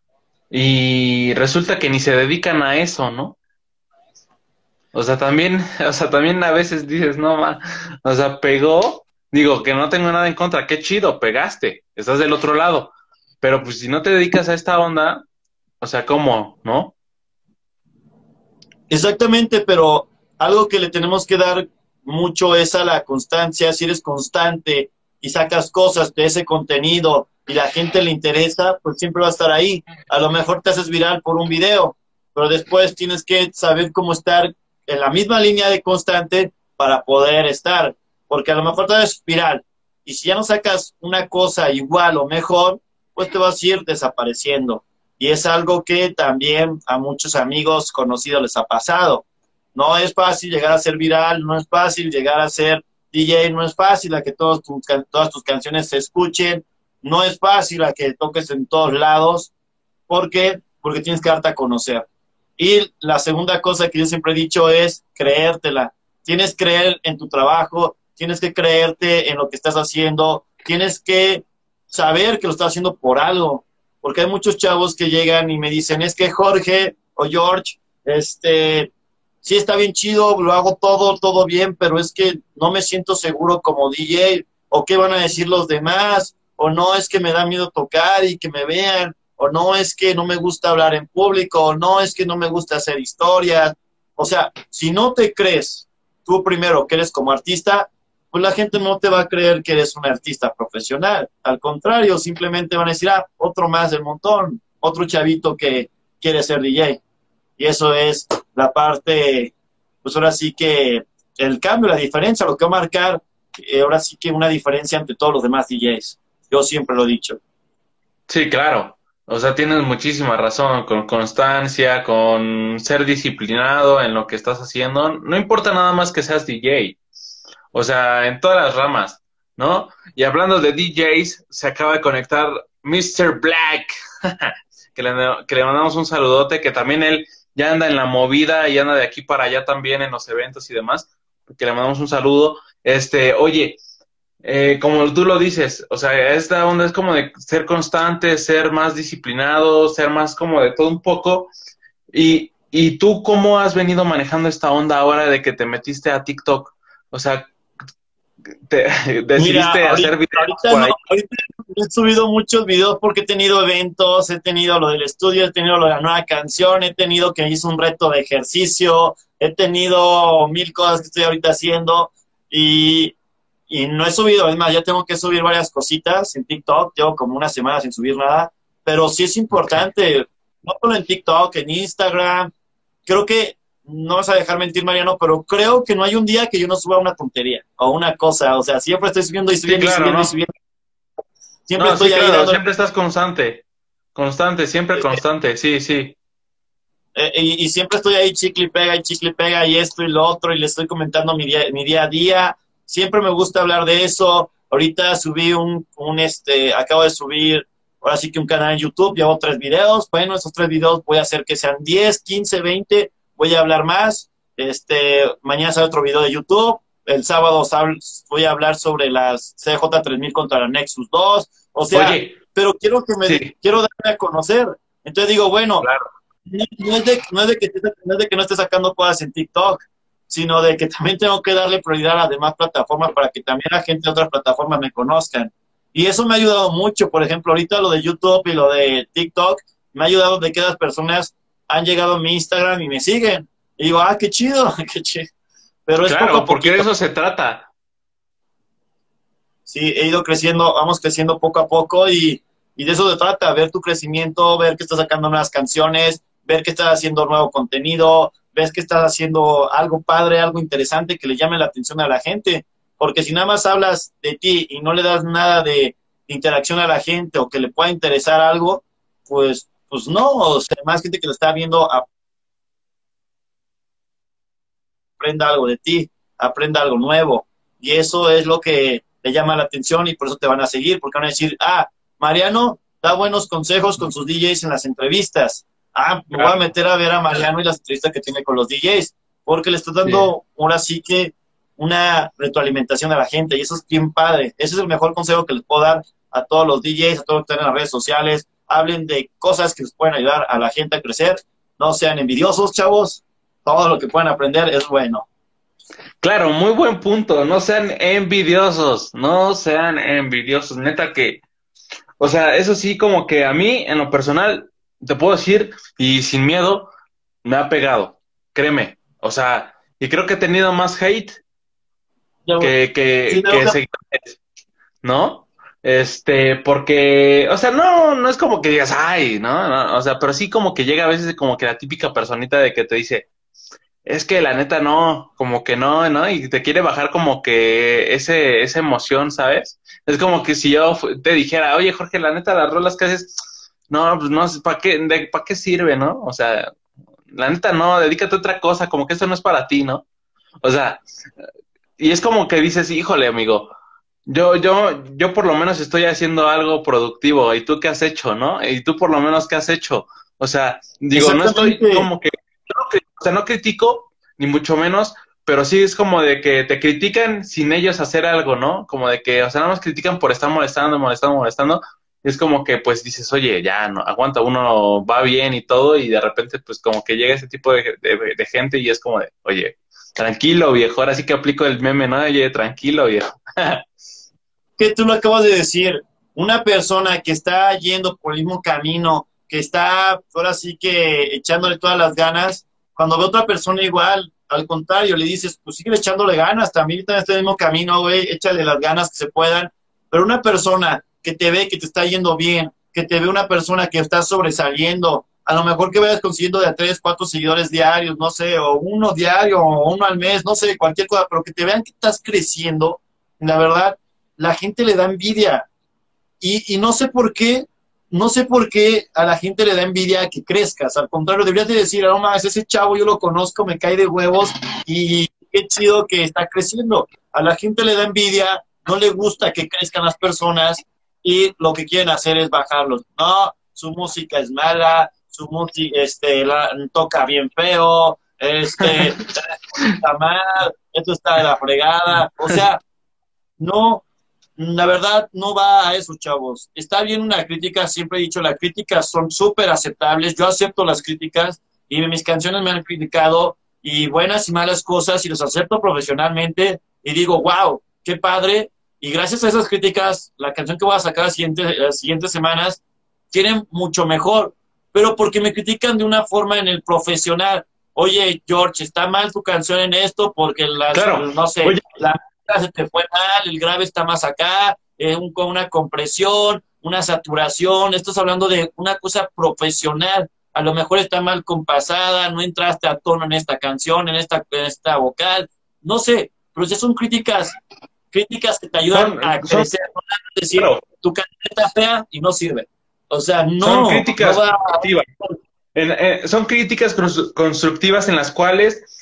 y resulta que ni se dedican a eso, ¿no? O sea, también, o sea, también a veces dices, no, ma, o sea, pegó, digo, que no tengo nada en contra, qué chido, pegaste, estás del otro lado, pero pues si no te dedicas a esta onda, o sea, ¿cómo, no? Exactamente, pero algo que le tenemos que dar mucho es a la constancia. Si eres constante y sacas cosas de ese contenido y la gente le interesa, pues siempre va a estar ahí. A lo mejor te haces viral por un video, pero después tienes que saber cómo estar en la misma línea de constante para poder estar, porque a lo mejor te haces viral y si ya no sacas una cosa igual o mejor, pues te vas a ir desapareciendo. Y es algo que también a muchos amigos conocidos les ha pasado. No es fácil llegar a ser viral, no es fácil llegar a ser D J, no es fácil a que todos tus, todas tus canciones se escuchen, no es fácil a que toques en todos lados. ¿Por qué? Porque tienes que darte a conocer. Y la segunda cosa que yo siempre he dicho es creértela. Tienes que creer en tu trabajo, tienes que creerte en lo que estás haciendo, tienes que saber que lo estás haciendo por algo. Porque hay muchos chavos que llegan y me dicen, es que Jorge o George, este, sí está bien chido, lo hago todo, todo bien, pero es que no me siento seguro como D J, o qué van a decir los demás, o no es que me da miedo tocar y que me vean, o no es que no me gusta hablar en público, o no es que no me gusta hacer historias. O sea, si no te crees tú primero que eres como artista, pues la gente no te va a creer que eres un artista profesional. Al contrario, simplemente van a decir, ah, otro más del montón, otro chavito que quiere ser D J. Y eso es la parte, pues ahora sí que el cambio, la diferencia, lo que va a marcar, eh, ahora sí que una diferencia entre todos los demás D Js. Yo siempre lo he dicho. Sí, claro. O sea, tienes muchísima razón, con constancia, con ser disciplinado en lo que estás haciendo. No importa nada más que seas D J. O sea, en todas las ramas, ¿no? Y hablando de D Js, se acaba de conectar mister Black, que le, que le mandamos un saludote, que también él ya anda en la movida y anda de aquí para allá también en los eventos y demás, que le mandamos un saludo. Este, oye, eh, como tú lo dices, o sea, esta onda es como de ser constante, ser más disciplinado, ser más como de todo un poco. Y, y tú, ¿cómo has venido manejando esta onda ahora de que te metiste a TikTok? O sea, te decidiste Mira, ahorita, hacer videos ahorita, por no, ahí. ahorita he subido muchos videos porque he tenido eventos, he tenido lo del estudio, he tenido lo de la nueva canción, he tenido que hice un reto de ejercicio, he tenido mil cosas que estoy ahorita haciendo y, y no he subido, es más, ya tengo que subir varias cositas en TikTok, llevo como una semana sin subir nada, pero sí es importante, no solo en TikTok, en Instagram, creo que no vas a dejar mentir, Mariano, pero creo que no hay un día que yo no suba una tontería o una cosa. O sea, siempre estoy subiendo y subiendo Sí, claro, y subiendo ¿no? y subiendo. Siempre No, estoy sí, ahí claro, dando... siempre estás constante. Constante, siempre constante, sí, sí. Eh, y, y siempre estoy ahí chicle y pega y chicle y pega y esto y lo otro y le estoy comentando mi día, mi día a día. Siempre me gusta hablar de eso. Ahorita subí un, un este, acabo de subir, ahora sí que un canal en YouTube, llevo tres videos. Bueno, esos tres videos voy a hacer que sean diez, quince, veinte, voy a hablar más. Este, mañana sale otro video de YouTube. El sábado voy a hablar sobre las C J tres mil contra la Nexus dos. O sea, Oye, pero quiero que me sí, quiero darme a conocer. Entonces digo, bueno, claro. no, no es de, no es de que esté- no es de que no esté sacando cosas en TikTok, sino de que también tengo que darle prioridad a las demás plataformas para que también la gente de otras plataformas me conozcan. Y eso me ha ayudado mucho. Por ejemplo, ahorita lo de YouTube y lo de TikTok me ha ayudado de que las personas han llegado a mi Instagram y me siguen. Y digo, ah, qué chido, qué chido. Pero es poco Claro, a porque de poquito. eso se trata. Sí, he ido creciendo, vamos creciendo poco a poco y, y de eso se trata, ver tu crecimiento, ver que estás sacando nuevas canciones, ver que estás haciendo nuevo contenido, ves que estás haciendo algo padre, algo interesante que le llame la atención a la gente. Porque si nada más hablas de ti y no le das nada de interacción a la gente o que le pueda interesar algo, pues, pues no, o sea, más gente que lo está viendo aprenda algo de ti, aprenda algo nuevo. Y eso es lo que le llama la atención y por eso te van a seguir, porque van a decir, ah, Mariano da buenos consejos con sus D Js en las entrevistas. Ah, me voy a Claro, meter a ver a Mariano y las entrevistas que tiene con los D Js, porque le estás sí. dando ahora sí que una retroalimentación a la gente y eso es bien padre. Ese es el mejor consejo que les puedo dar a todos los D Js, a todos los que están en las redes sociales. Hablen de cosas que les pueden ayudar a la gente a crecer. No sean envidiosos, chavos. Todo lo que puedan aprender es bueno. Claro, muy buen punto. No sean envidiosos, no sean envidiosos. Neta que, o sea, eso sí, como que a mí, en lo personal, te puedo decir, y sin miedo, me ha pegado. Créeme. O sea, y creo que he tenido más hate Yo, que, sí, que, tengo que que seguidores, ¿no? Este, porque, o sea, no, no es como que digas, ay, ¿no? No, o sea, pero sí como que llega a veces como que la típica personita de que te dice, es que la neta no, como que no, ¿no? Y te quiere bajar como que ese, esa emoción, ¿sabes? Es como que si yo fu- te dijera, oye, Jorge, la neta, las rolas que haces, no, pues no, ¿para qué, de, para qué sirve, no? O sea, la neta no, dedícate a otra cosa, como que eso no es para ti, ¿no? O sea, y es como que dices, híjole, amigo, yo, yo, yo por lo menos estoy haciendo algo productivo, ¿y tú qué has hecho, no? Y tú por lo menos qué has hecho. O sea, digo, no estoy exactamente. como que, yo no cri- o sea, no critico, ni mucho menos, pero sí es como de que te critican sin ellos hacer algo, ¿no? Como de que, o sea, nada más critican por estar molestando, molestando, molestando. Y es como que, pues dices, oye, ya, no, aguanta, uno va bien y todo, y de repente, pues como que llega ese tipo de, de, de gente y es como de, oye, tranquilo, viejo, ahora sí que aplico el meme, ¿no? Oye, tranquilo, viejo. Que tú lo acabas de decir, una persona que está yendo por el mismo camino, que está ahora sí que echándole todas las ganas, cuando ve a otra persona igual, al contrario, le dices, pues sigue echándole ganas, también está en este mismo camino, güey, échale las ganas que se puedan, pero una persona que te ve que te está yendo bien, que te ve una persona que está sobresaliendo, a lo mejor que vayas consiguiendo de a tres, cuatro seguidores diarios, no sé, o uno diario, o uno al mes, no sé, cualquier cosa, pero que te vean que estás creciendo, la verdad, la gente le da envidia. Y, y no sé por qué, no sé por qué a la gente le da envidia que crezcas. Al contrario, deberías de decir, no más, ese chavo yo lo conozco, me cae de huevos y qué chido que está creciendo. A la gente le da envidia, no le gusta que crezcan las personas y lo que quieren hacer es bajarlos. No, su música es mala, su música este, la, toca bien feo, este, está mal, esto está de la fregada. O sea, no, la verdad no va a eso, chavos. Está bien una crítica, siempre he dicho, las críticas son súper aceptables. Yo acepto las críticas y mis canciones me han criticado y buenas y malas cosas y los acepto profesionalmente y digo, wow, qué padre. Y gracias a esas críticas, la canción que voy a sacar las siguientes, las siguientes semanas tiene mucho mejor, pero porque me critican de una forma en el profesional. Oye, George, está mal tu canción en esto porque las, Claro, no sé, oye, la se te fue mal, el grave está más acá, eh, un, con una compresión, una saturación, estás hablando de una cosa profesional, a lo mejor está mal compasada, no entraste a tono en esta canción, en esta, en esta vocal, no sé, pero ya son críticas, críticas que te ayudan son, a son, crecer, no es decir, claro, tu canción está fea y no sirve. O sea, son no, no críticas va. constructivas. En- eh, son críticas constru- constructivas en las cuales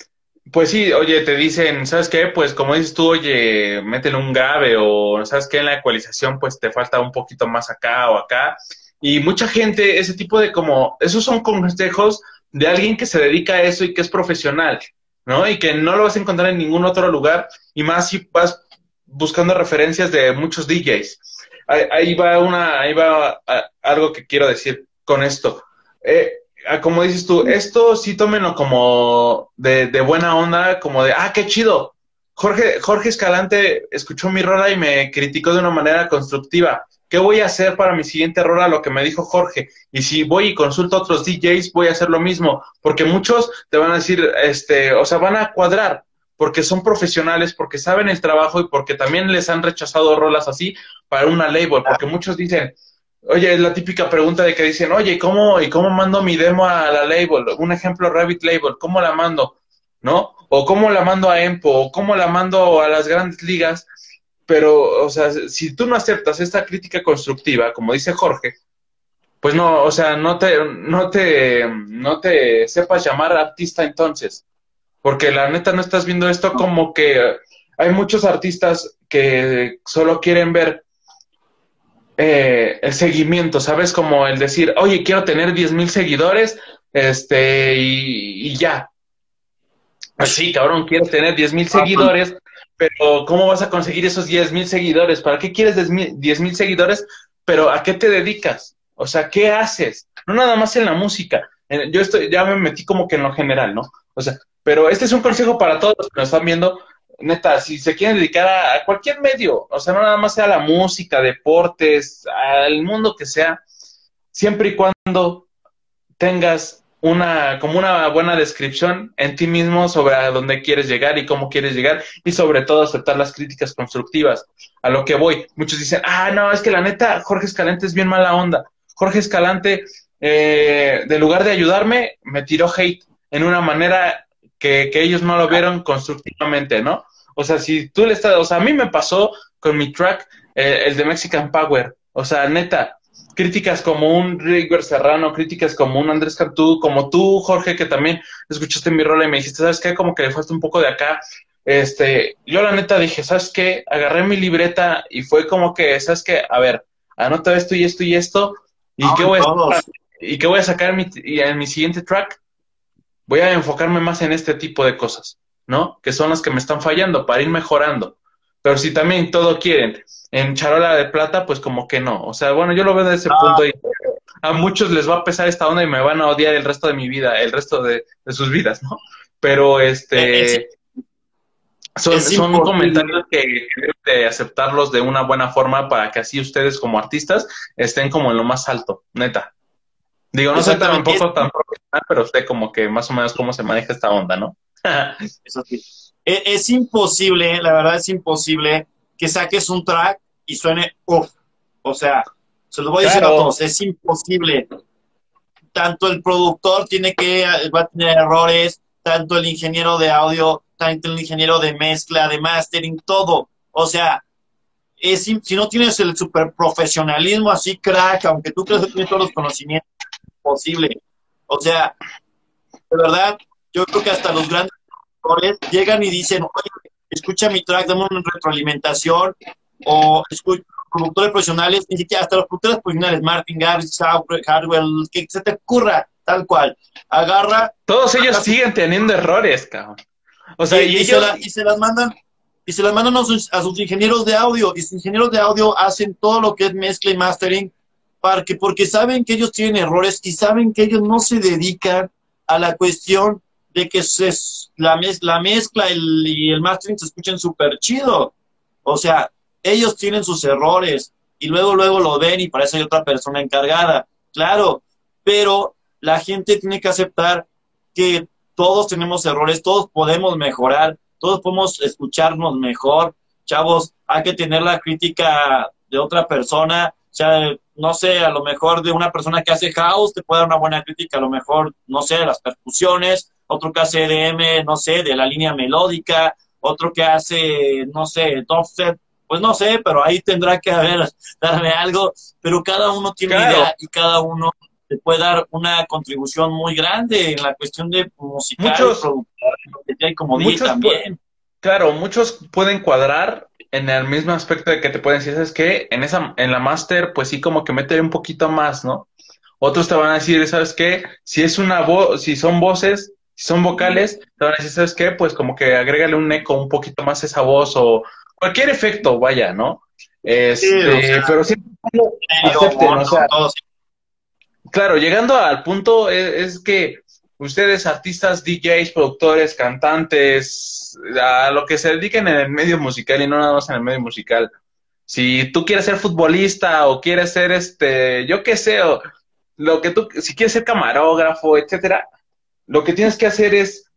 Pues sí, oye, te dicen, ¿sabes qué? Pues como dices tú, oye, métele un grave o ¿sabes qué? En la ecualización pues te falta un poquito más acá o acá. Y mucha gente, ese tipo de como, esos son consejos de alguien que se dedica a eso y que es profesional, ¿no? Y que no lo vas a encontrar en ningún otro lugar y más si vas buscando referencias de muchos D Js. Ahí, ahí va una, ahí va a, algo que quiero decir con esto. Eh, ah, como dices tú, esto sí tómenlo como de, de buena onda, como de, ah, qué chido. Jorge, Jorge Escalante escuchó mi rola y me criticó de una manera constructiva. ¿Qué voy a hacer para mi siguiente rola? Lo que me dijo Jorge. Y si voy y consulto a otros D Js, voy a hacer lo mismo. Porque muchos te van a decir, este, o sea, van a cuadrar. Porque son profesionales, porque saben el trabajo y porque también les han rechazado rolas así para una label. Porque muchos dicen, oye, es la típica pregunta de que dicen, oye, ¿y cómo, ¿y cómo mando mi demo a la label? Un ejemplo, Rabbit Label, ¿cómo la mando? ¿No? O cómo la mando a Empo, o cómo la mando a las grandes ligas. Pero, o sea, si tú no aceptas esta crítica constructiva, como dice Jorge, pues no, o sea, no te, no te, no te sepas llamar artista entonces. Porque la neta no estás viendo esto como que hay muchos artistas que solo quieren ver eh, el seguimiento, ¿sabes? Como el decir, oye, quiero tener diez mil seguidores, este, y, y ya. Pues sí, cabrón, quieres tener diez mil seguidores, pero ¿cómo vas a conseguir esos diez mil seguidores? ¿Para qué quieres diez mil seguidores? Pero ¿a qué te dedicas? O sea, ¿qué haces? No nada más en la música. Yo estoy, ya me metí como que en lo general, ¿no? O sea, pero este es un consejo para todos los que nos están viendo. Neta, si se quieren dedicar a, a cualquier medio, o sea, no nada más sea la música, deportes, al mundo que sea, siempre y cuando tengas una, como una buena descripción en ti mismo sobre a dónde quieres llegar y cómo quieres llegar y sobre todo aceptar las críticas constructivas. A lo que voy, muchos dicen, ah, no, es que la neta, Jorge Escalante es bien mala onda. Jorge Escalante, eh, de lugar de ayudarme, me tiró hate en una manera que, que ellos no lo vieron constructivamente, ¿no? O sea, si tú le estás, o sea, a mí me pasó con mi track, eh, el de Mexican Power, o sea, neta, críticas como un Rigor Serrano, críticas como un Andrés Cantú, como tú, Jorge, que también escuchaste mi rola y me dijiste, ¿sabes qué? Como que le falta un poco de acá. Este, yo la neta dije, ¿sabes qué? Agarré mi libreta y fue como que, ¿sabes qué? A ver, anota esto y esto y esto, ¿y No, qué voy a todos. sacar? ¿Y qué voy a sacar en mi, en mi siguiente track? Voy a enfocarme más en este tipo de cosas, ¿no? Que son las que me están fallando para ir mejorando. Pero si también todo quieren en charola de plata, pues como que no. O sea, bueno, yo lo veo desde ese No, punto y a muchos les va a pesar esta onda y me van a odiar el resto de mi vida, el resto de, de sus vidas, ¿no? Pero es, este son, es son imposible. comentarios que, que deben de aceptarlos de una buena forma para que así ustedes como artistas estén como en lo más alto, neta. Digo, no soy Exactamente. Es, tampoco tan profesional, pero sé como que más o menos cómo se maneja esta onda, ¿no? eso sí. Es, es imposible, la verdad es imposible que saques un track y suene uff. O sea, se los voy a decir a Claro, todos, es imposible. Tanto el productor tiene que, va a tener errores, tanto el ingeniero de audio, tanto el ingeniero de mezcla, de mastering, todo. O sea, es, si no tienes el super profesionalismo así, crack, aunque tú creas que tienes todos los conocimientos, es imposible. O sea, de verdad, yo creo que hasta los grandes productores llegan y dicen, oye, escucha mi track, dame una retroalimentación, o escucha productores profesionales, ni siquiera hasta los productores profesionales, Martin Garrix, Hardwell, que se te ocurra, tal cual. Agarra, todos ellos agarra su, siguen teniendo errores, cabrón. O y, sea, y y, se ellos, la, y se las mandan, y se las mandan a sus, a sus ingenieros de audio, y sus ingenieros de audio hacen todo lo que es mezcla y mastering, para que, porque saben que ellos tienen errores y saben que ellos no se dedican a la cuestión de que se, la, mez, la mezcla el, y el mastering se escuchen súper chido. O sea, ellos tienen sus errores y luego, luego lo ven y para eso hay otra persona encargada. Claro, pero la gente tiene que aceptar que todos tenemos errores, todos podemos mejorar, todos podemos escucharnos mejor. Chavos, hay que tener la crítica de otra persona. O sea, no sé, a lo mejor de una persona que hace house te puede dar una buena crítica, a lo mejor, no sé, de las percusiones, otro que hace E D M, no sé, de la línea melódica, otro que hace, no sé, dubstep, pues no sé, pero ahí tendrá que haber, darle algo, pero cada uno tiene claro, idea y cada uno te puede dar una contribución muy grande en la cuestión de musical, Muchos, productor, y como D J muchos, también. claro, muchos pueden cuadrar en el mismo aspecto de que te pueden decir, ¿sabes qué? En esa, en la máster, pues sí, como que meter un poquito más, ¿no? Otros te van a decir, ¿sabes qué? Si es una voz, si son voces, si son vocales, te van a decir, ¿sabes qué? Pues como que agrégale un eco un poquito más a esa voz o cualquier efecto, vaya, ¿no? Sí, o sea, Este, pero siempre medio, acepten, o mono, sea, todo. claro, llegando al punto es, es que ustedes, artistas, D Js, productores, cantantes, a lo que se dediquen en el medio musical y no nada más en el medio musical. Si tú quieres ser futbolista o quieres ser este, yo qué sé, o lo que tú, si quieres ser camarógrafo, etcétera, lo que tienes que hacer es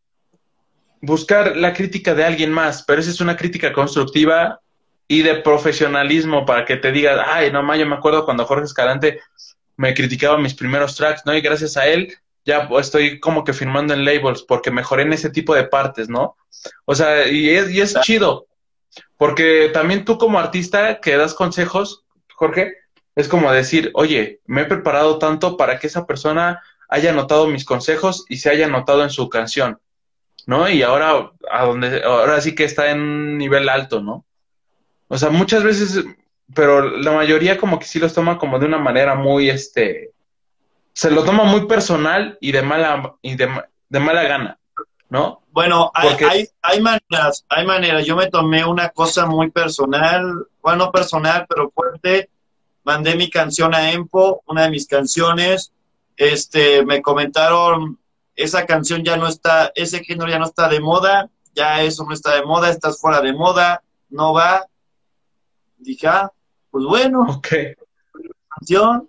buscar la crítica de alguien más, pero esa es una crítica constructiva y de profesionalismo para que te digas, ay, no, ma, yo me acuerdo cuando Jorge Escalante me criticaba mis primeros tracks, ¿no? Y gracias a él ya estoy como que firmando en labels porque mejoré en ese tipo de partes, ¿no? O sea, y es, y es chido, porque también tú como artista que das consejos, Jorge, es como decir, oye, me he preparado tanto para que esa persona haya notado mis consejos y se haya notado en su canción, ¿no? Y ahora, a donde, ahora sí que está en un nivel alto, ¿no? O sea, muchas veces, pero la mayoría como que sí los toma como de una manera muy, este, se lo toma muy personal y de mala, y de, de mala gana, ¿no? Bueno, hay, Porque, hay, hay maneras, hay maneras. Yo me tomé una cosa muy personal, bueno, no personal, pero fuerte. Mandé mi canción a Empo, una de mis canciones. Este, me comentaron, esa canción ya no está, ese género ya no está de moda, ya eso no está de moda, estás fuera de moda, no va. Dije, ah, pues bueno, ok, canción,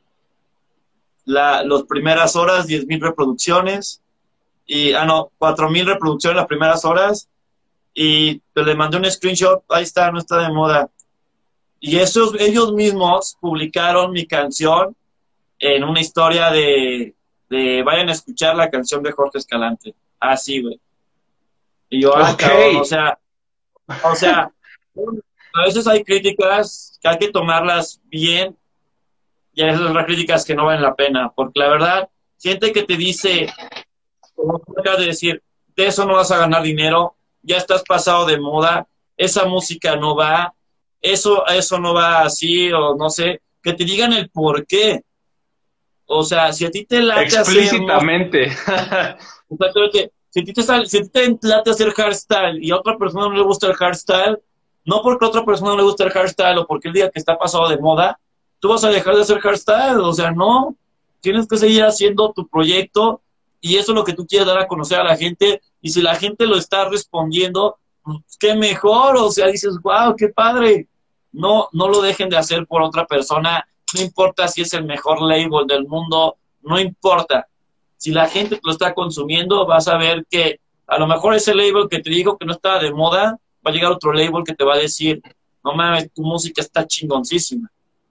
la, las primeras horas, diez mil reproducciones, y, ah, no, cuatro mil reproducciones las primeras horas, y pues, le mandé un screenshot, ahí está, no está de moda. Y esos, ellos mismos publicaron mi canción en una historia de, de vayan a escuchar la canción de Jorge Escalante. Así, güey. Y yo, ah, ok, cabrón, o sea, o sea, a veces hay críticas que hay que tomarlas bien y a veces hay críticas que no valen la pena, porque la verdad, gente que te dice, como tú acabas de decir, de eso no vas a ganar dinero, ya estás pasado de moda, esa música no va, eso, eso no va así, o no sé, que te digan el por qué. O sea, si a ti te late hacer música, explícitamente. exactamente, si a ti te, sal- si a ti te late hacer hardstyle y a otra persona no le gusta el hardstyle, no porque a otra persona no le gusta el hardstyle o porque él diga que está pasado de moda, tú vas a dejar de hacer hardstyle. O sea, no, tienes que seguir haciendo tu proyecto y eso es lo que tú quieres dar a conocer a la gente. Y si la gente lo está respondiendo, pues qué mejor. O sea, dices, wow, qué padre. No, no lo dejen de hacer por otra persona. No importa si es el mejor label del mundo, no importa. Si la gente lo está consumiendo, vas a ver que a lo mejor ese label que te dijo que no estaba de moda, va a llegar otro label que te va a decir, no mames, tu música está chingoncísima.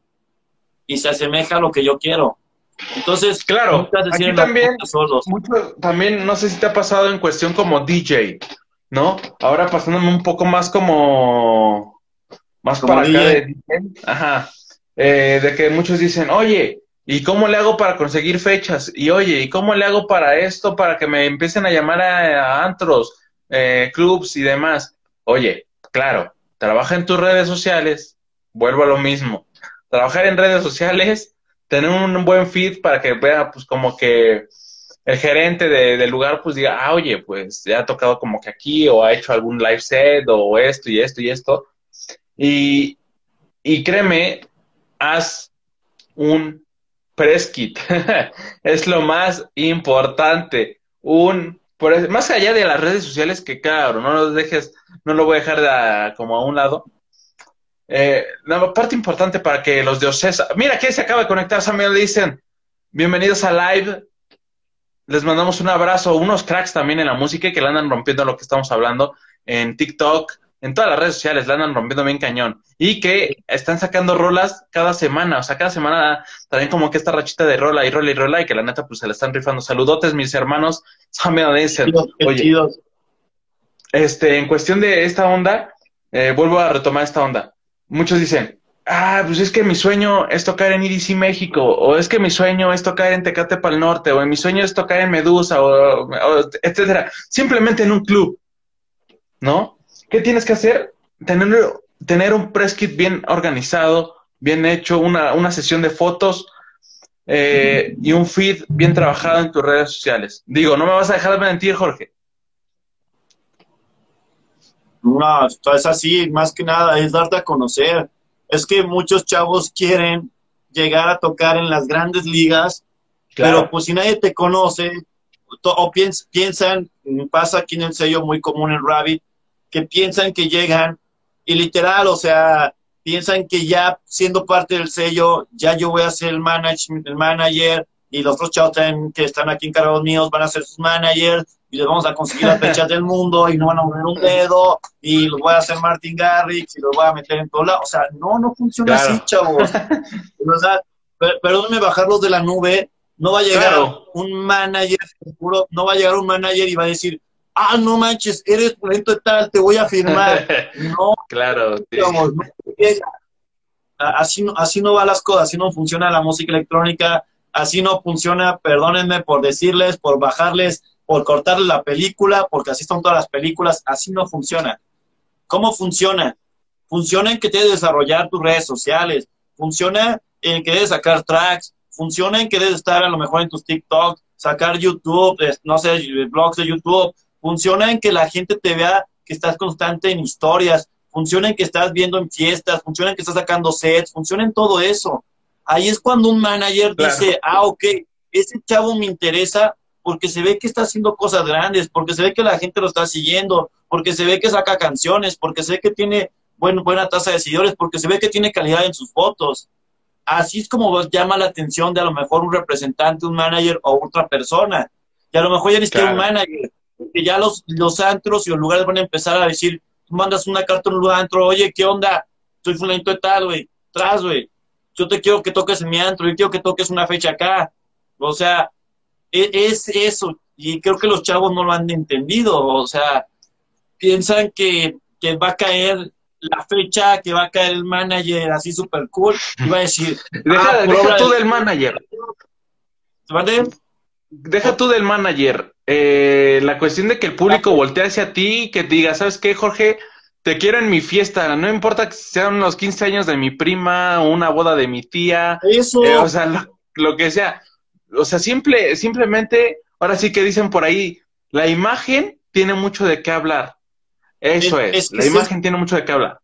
Y se asemeja a lo que yo quiero. Entonces, Claro, nunca se aquí cierren las también, puertas solos. mucho, también, no sé si te ha pasado en cuestión como D J, ¿no? Ahora pasándome un poco más como, más Como para acá de D J, D J, ajá, eh, de que muchos dicen, oye, ¿y cómo le hago para conseguir fechas? Y oye, ¿y cómo le hago para esto, para que me empiecen a llamar a, a antros, eh, clubs y demás? Oye, claro, trabaja en tus redes sociales, vuelvo a lo mismo, trabajar en redes sociales, tener un buen feed para que vea, pues como que el gerente de, del lugar, pues diga, ah, oye, pues ya ha tocado como que aquí, o ha hecho algún live set, o esto y esto y esto. Y, y créeme, haz un press kit. Es lo más importante. Un, por- más allá de las redes sociales, que claro, no lo dejes, no lo voy a dejar de a- como a un lado. Eh, la parte importante para que los de Ocesa, mira que se acaba de conectar Samuel, le dicen, bienvenidos a Live, les mandamos un abrazo, unos cracks también en la música que le andan rompiendo lo que estamos hablando en TikTok, en todas las redes sociales, le andan rompiendo bien cañón. Y que están sacando rolas cada semana, o sea, cada semana también como que esta rachita de rola y rola y rola y que la neta pues se la están rifando. Saludotes, mis hermanos, Samuel dicen, chidos, qué oye, chidos. este, en cuestión de esta onda, eh, vuelvo a retomar esta onda. Muchos dicen, ah, pues es que mi sueño es tocar en E D C México, o es que mi sueño es tocar en Tecate Pal Norte, o mi sueño es tocar en Medusa, o, o etcétera. Simplemente en un club, ¿no? ¿Qué tienes que hacer? Tener, tener un press kit bien organizado, bien hecho, una, una sesión de fotos eh, y un feed bien trabajado en tus redes sociales. Digo, no me vas a dejar de mentir, Jorge. No, esto es así, más que nada, es darte a conocer. Es que muchos chavos quieren llegar a tocar en las grandes ligas, pero Claro. pues si nadie te conoce, to- o piens- piensan, pasa aquí en el sello muy común en Rabbit, que piensan que llegan y literal, o sea, piensan que ya siendo parte del sello, ya yo voy a ser el, manage, el manager y los otros chavos también que están aquí encargados míos van a ser sus managers y les vamos a conseguir las fechas del mundo y no van a mover un dedo y los voy a hacer Martin Garrix y los voy a meter en todo lado. O sea, no, no funciona así, Claro, chavos. O sea, per- perdónenme bajarlos de la nube, no va a llegar claro. un manager, seguro, no va a llegar un manager y va a decir, ah, no manches, eres talento tal, te voy a firmar. No, Claro, sí. digamos, no llega. A- Así no, así no van las cosas, así no funciona la música electrónica, así no funciona, perdónenme por decirles, por bajarles, por cortarles la película, porque así son todas las películas, así no funciona. ¿Cómo funciona? Funciona en que te debes desarrollar tus redes sociales, funciona en que debes sacar tracks, funciona en que debes estar a lo mejor en tus TikTok, sacar YouTube, eh, no sé, blogs de YouTube, funciona en que la gente te vea que estás constante en historias, funciona en que estás viendo en fiestas, funciona en que estás sacando sets, funciona en todo eso. Ahí es cuando un manager Claro, dice, ah, ok, ese chavo me interesa porque se ve que está haciendo cosas grandes, porque se ve que la gente lo está siguiendo, porque se ve que saca canciones, porque se ve que tiene buen, buena tasa de seguidores, porque se ve que tiene calidad en sus fotos. Así es como llama la atención de a lo mejor un representante, un manager o otra persona. Y a lo mejor ya ni siquiera un claro. manager, porque ya los, los antros y los lugares van a empezar a decir, tú mandas una carta a un antro, oye, ¿qué onda? Soy fulanito de tal, güey, tras, güey. Yo te quiero que toques en mi antro, yo quiero que toques una fecha acá. O sea, e- es eso. Y creo que los chavos no lo han entendido. O sea, piensan que, que va a caer la fecha, que va a caer el manager así súper cool, y va a decir, ah, Deja, por deja obra tú del... del manager. ¿Vale? Deja tú del manager. Eh, la cuestión de que el público voltee hacia ti y que te diga, ¿sabes qué, Jorge? Te quiero en mi fiesta. No importa que sean los quince años de mi prima o una boda de mi tía. eh, o Eso, sea, lo, lo que sea. O sea, simple, simplemente, ahora sí que dicen por ahí, la imagen tiene mucho de qué hablar. es, Eso es es, que la es eso. imagen tiene mucho de qué hablar.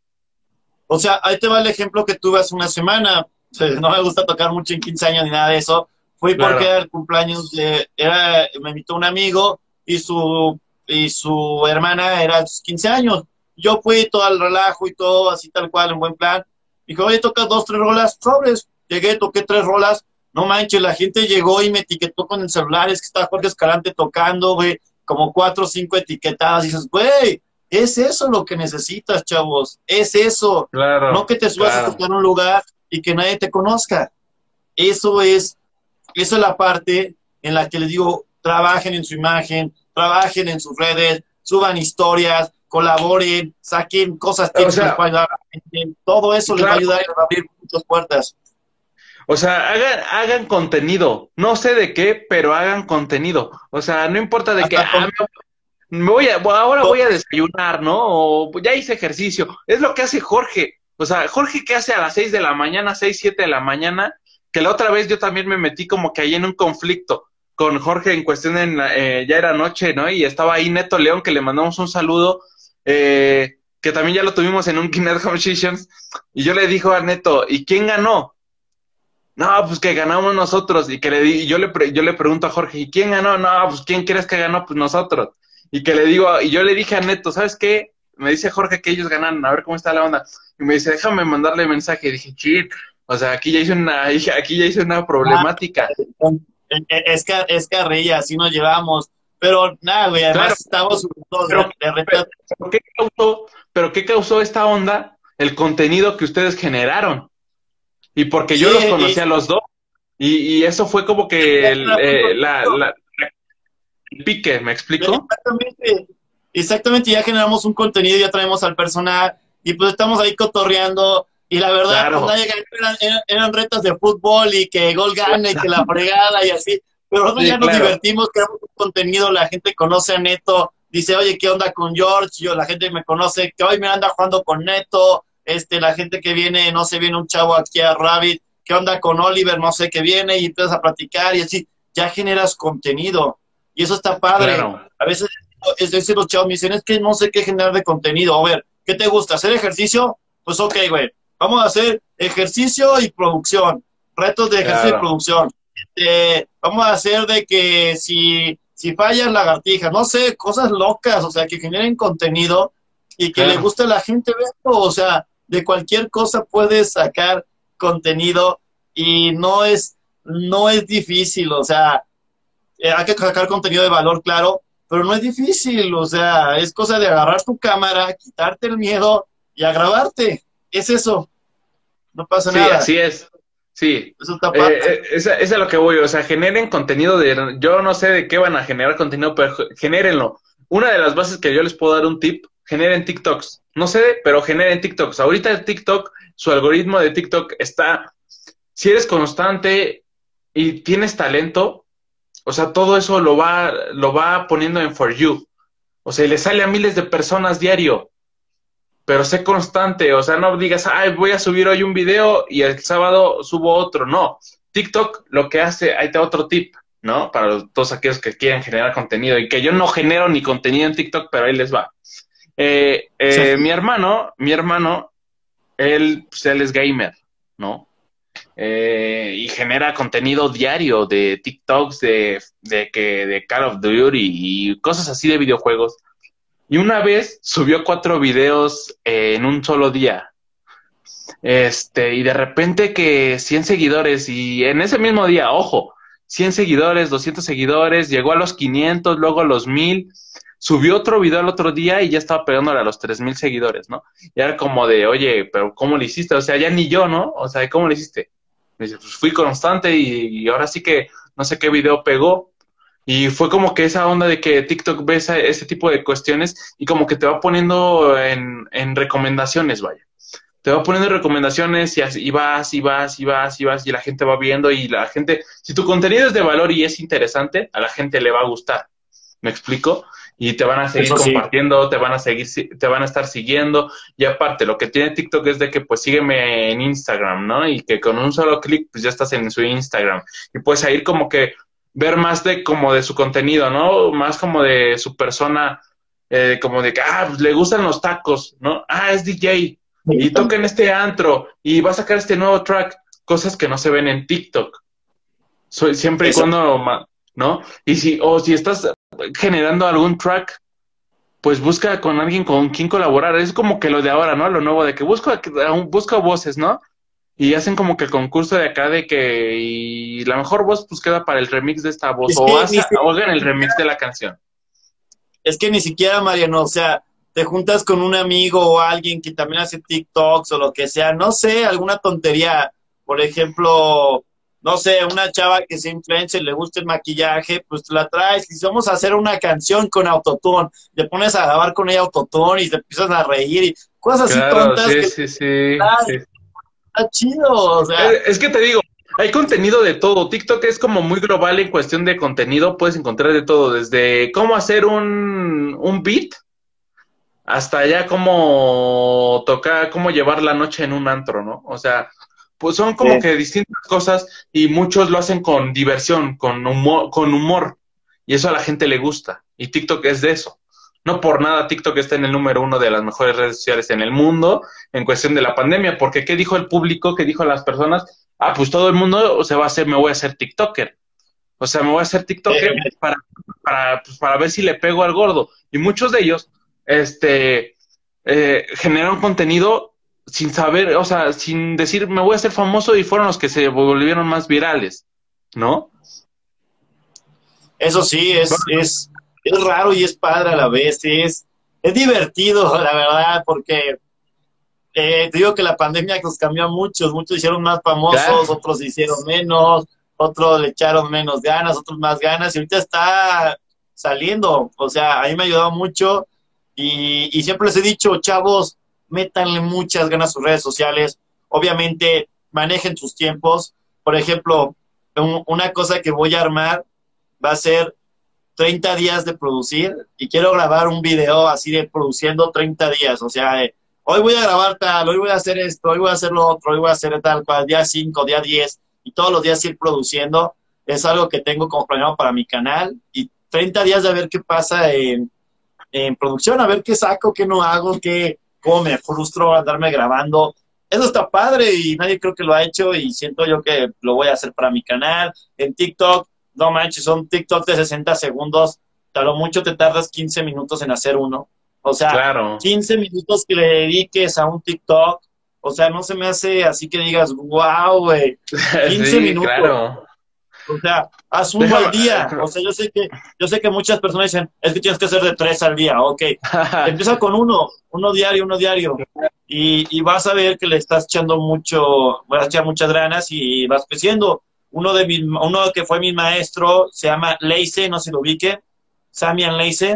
O sea, ahí te va el ejemplo que tuve hace una semana. O sea, no me gusta tocar mucho en quince años ni nada de eso. Fui porque Claro, era el cumpleaños de, era, me invitó un amigo y su, y su hermana era sus quince años. Yo fui todo al relajo y todo, así tal cual, en buen plan. Dijo, oye, tocas dos, tres rolas, sobres. Llegué, toqué tres rolas. No manches, la gente llegó y me etiquetó con el celular. Es que estaba Jorge Escalante tocando, güey, como cuatro o cinco etiquetadas. Y dices, güey, es eso lo que necesitas, chavos. Es eso. No claro, que te subas a claro. tocar un lugar y que nadie te conozca. Eso es, eso es la parte en la que les digo, trabajen en su imagen, trabajen en sus redes, suban historias, colaboren, saquen cosas que O les sea, pueda ayudar a la gente. Todo eso les va a claro. ayudar y les va a abrir muchas puertas. O sea, hagan, hagan contenido. No sé de qué, pero hagan contenido. O sea, no importa de que Hasta ah, con, me me voy a, ahora con- voy a desayunar, ¿no? O ya hice ejercicio. Es lo que hace Jorge. O sea, Jorge, ¿qué hace a las seis de la mañana, seis, siete de la mañana? Que la otra vez yo también me metí como que ahí en un conflicto con Jorge en cuestión en, eh, ya era noche, ¿no? Y estaba ahí Neto León, que le mandamos un saludo, eh, que también ya lo tuvimos en un Kinect Home Sessions. Y yo le dijo a Neto, ¿y quién ganó? No, pues que ganamos nosotros. Y que le di, y yo le pre- yo le pregunto a Jorge, ¿y quién ganó? No, pues ¿quién crees que ganó? Pues nosotros. Y que le digo, y yo le dije a Neto, ¿sabes qué? Me dice Jorge que ellos ganaron, a ver cómo está la onda. Y me dice, déjame mandarle mensaje. Y dije, chit, o sea, aquí ya hice una, aquí ya hice una ah, problemática. con- es, ca- es carrilla, así nos llevamos. Pero nada, güey, Claro, además estamos unidos de, pero, de pero, repente. pero ¿qué causó? ¿Pero qué causó esta onda? El contenido que ustedes generaron. Y porque Sí, yo los y, conocí a los dos. Y, y eso fue como que el, eh, la, la, el pique, ¿me explico? exactamente, exactamente, ya generamos un contenido, ya traemos al personal y pues estamos ahí cotorreando Y la verdad, Claro. pues nadie ganó, eran, eran, eran retas de fútbol y que gol gana y que la fregada y así. Pero nosotros Sí, ya nos claro. divertimos, creamos un contenido, la gente conoce a Neto, dice, oye, ¿qué onda con George? Yo, la gente me conoce, que hoy me anda jugando con Neto, este, la gente que viene, no sé, viene un chavo aquí a Rabbit, ¿qué onda con Oliver? No sé qué viene, y empiezas a platicar y así, ya generas contenido. Y eso está padre. Claro. A veces, es decir, los chavos me dicen, es que no sé qué generar de contenido. A ver, ¿qué te gusta? ¿Hacer ejercicio? Pues ok, güey. Vamos a hacer ejercicio y producción. Retos de ejercicio Claro. y producción. Este, vamos a hacer de que si, si fallas lagartijas, no sé, cosas locas, o sea, que generen contenido y que le Claro. guste a la gente verlo. O sea, de cualquier cosa puedes sacar contenido y no es, no es difícil, o sea, eh, hay que sacar contenido de valor, claro, pero no es difícil, o sea, es cosa de agarrar tu cámara, quitarte el miedo y a grabarte. Es eso, no pasa Sí, nada. así es. Sí. Eso está Eh, padre. eh, es, es a lo que voy. O sea, generen contenido de. Yo no sé de qué van a generar contenido, pero genérenlo. Una de las bases que yo les puedo dar un tip: generen TikToks. No sé, pero generen TikToks. Ahorita el TikTok, su algoritmo de TikTok está. Si eres constante y tienes talento, o sea, todo eso lo va, lo va poniendo en For You. O sea, y le sale a miles de personas diario. Pero sé constante, o sea, no digas, ay, voy a subir hoy un video y el sábado subo otro. No, TikTok lo que hace, ahí te da otro tip, ¿no? Para los- todos aquellos que quieren generar contenido y que yo no genero ni contenido en TikTok, pero ahí les va. Eh, eh, mi hermano, mi hermano, él, pues, él es gamer, ¿no? Eh, y genera contenido diario de TikToks, de, de, que, de Call of Duty y cosas así de videojuegos. Y una vez subió cuatro videos eh, en un solo día. Este, y de repente que cien seguidores, y en ese mismo día, ojo, cien seguidores, doscientos seguidores, llegó a los quinientos, luego a los mil, subió otro video al otro día y ya estaba pegándole a los tres mil seguidores, ¿no? Y era como de, oye, pero ¿cómo lo hiciste? O sea, ya ni yo, ¿no? O sea, ¿cómo lo hiciste? Me dice, pues fui constante y, y ahora sí que no sé qué video pegó. Y fue como que esa onda de que TikTok ve esa, ese tipo de cuestiones y como que te va poniendo en, en recomendaciones, vaya. Te va poniendo recomendaciones y, así, y vas, y vas, y vas, y vas, y la gente va viendo y la gente, si tu contenido es de valor y es interesante, a la gente le va a gustar. ¿Me explico? Y te van a seguir Eso sí. compartiendo, te van a seguir, te van a estar siguiendo. Y aparte, lo que tiene TikTok es de que pues sígueme en Instagram, ¿no? Y que con un solo clic pues ya estás en su Instagram. Y puedes ir como que ver más de como de su contenido, ¿no? Más como de su persona, eh, como de que, ah, pues le gustan los tacos, ¿no? Ah, es D J y toca en este antro y va a sacar este nuevo track, cosas que no se ven en TikTok. Soy, siempre Eso. y cuando, ¿no? Y si, o si estás generando algún track, pues busca con alguien con quien colaborar. Es como que lo de ahora, ¿no? Lo nuevo de que busca, busca voces, ¿no? Y hacen como que el concurso de acá de que y la mejor voz pues queda para el remix de esta voz Es o, que, hace, ni si- o hagan el remix de la canción. es que ni siquiera, Mariano, o sea, te juntas con un amigo o alguien que también hace TikToks o lo que sea, no sé, alguna tontería. Por ejemplo, no sé, una chava que sea influencer, le gusta el maquillaje, pues la traes y vamos a hacer una canción con autotune. Le pones a grabar con ella autotune y te empiezas a reír y cosas así Claro, tontas sí, que sí, sí, está, sí. está chido, o sea, Es, es que te digo, hay contenido de todo. TikTok es como muy global en cuestión de contenido. Puedes encontrar de todo, desde cómo hacer un, un beat hasta ya cómo tocar, cómo llevar la noche en un antro, ¿no? O sea, pues son como sí. que distintas cosas y muchos lo hacen con diversión, con humor, con humor. Y eso a la gente le gusta. Y TikTok es de eso. No por nada TikTok está en el número uno de las mejores redes sociales en el mundo en cuestión de la pandemia. Porque ¿qué dijo el público? ¿Qué dijo las personas? Ah, pues todo el mundo se va a hacer, me voy a hacer TikToker. O sea, me voy a hacer TikToker para, para, pues, para ver si le pego al gordo. Y muchos de ellos este, eh, generaron contenido sin saber, o sea, sin decir me voy a hacer famoso y fueron los que se volvieron más virales, ¿no? Eso sí, es, es, es raro y es padre a la vez, es, es divertido, la verdad, porque eh, te digo que la pandemia nos cambió a muchos, muchos hicieron más famosos, Claro. otros se hicieron menos, otros le echaron menos ganas, otros más ganas, y ahorita está saliendo, o sea, a mí me ha ayudado mucho, y, y siempre les he dicho, chavos, métanle muchas ganas a sus redes sociales, obviamente manejen sus tiempos. Por ejemplo, un, una cosa que voy a armar va a ser treinta días de producir y quiero grabar un video así de produciendo treinta días, o sea, eh, hoy voy a grabar tal, hoy voy a hacer esto, hoy voy a hacer lo otro, hoy voy a hacer tal cual, día cinco, día diez, y todos los días ir produciendo. Es algo que tengo como planeado para mi canal, y treinta días de ver qué pasa en, en producción, a ver qué saco, qué no hago, qué, cómo me frustro andarme grabando. Eso está padre y nadie creo que lo ha hecho, y siento yo que lo voy a hacer para mi canal. En TikTok, no manches, son TikTok de sesenta segundos, a lo mucho te tardas quince minutos en hacer uno. O sea, Claro. quince minutos que le dediques a un TikTok, o sea, no se me hace así que digas, wow, güey, quince Sí, minutos. claro. O sea, haz uno Déjame- al día. O sea, yo sé que yo sé que muchas personas dicen, es que tienes que hacer de tres al día. Ok, empieza con uno, uno diario, uno diario. Y, y vas a ver que le estás echando mucho, vas a echar muchas ganas y vas creciendo. Uno de mis, uno que fue mi maestro se llama Leice, no se lo ubique, Samian Leice.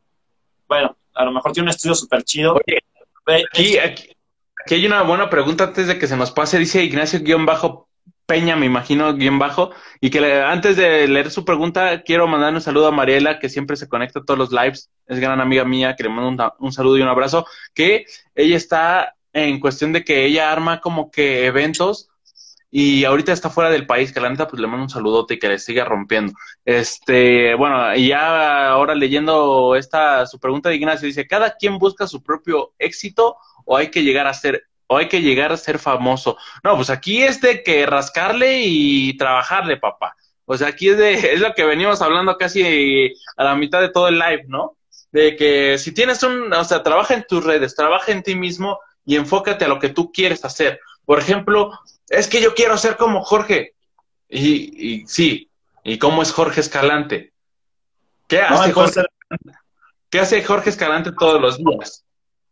Bueno, a lo mejor tiene un estudio súper chido. Oye, aquí, aquí, aquí hay una buena pregunta antes de que se nos pase. Dice Ignacio-Peña, me imagino, guión bajo. Y que le- antes de leer su pregunta, quiero mandar un saludo a Mariela, que siempre se conecta a todos los lives. Es gran amiga mía, que le mando un, un saludo y un abrazo. Que ella está en cuestión de que ella arma como que eventos. Y ahorita está fuera del país, que la neta, pues le mando un saludote y que le siga rompiendo. Este, bueno, y ya ahora leyendo esta, su pregunta de Ignacio, dice, ¿cada quien busca su propio éxito o hay que llegar a ser, o hay que llegar a ser famoso? No, pues aquí es de que rascarle y trabajarle, papá. O sea, aquí es de, es lo que venimos hablando casi a la mitad de todo el live, ¿no? De que si tienes un, o sea, trabaja en tus redes, trabaja en ti mismo y enfócate a lo que tú quieres hacer. Por ejemplo, es que yo quiero ser como Jorge. Y, y sí, ¿y cómo es Jorge Escalante? ¿Qué No, hace Jorge, entonces, ¿qué hace Jorge Escalante todos los días?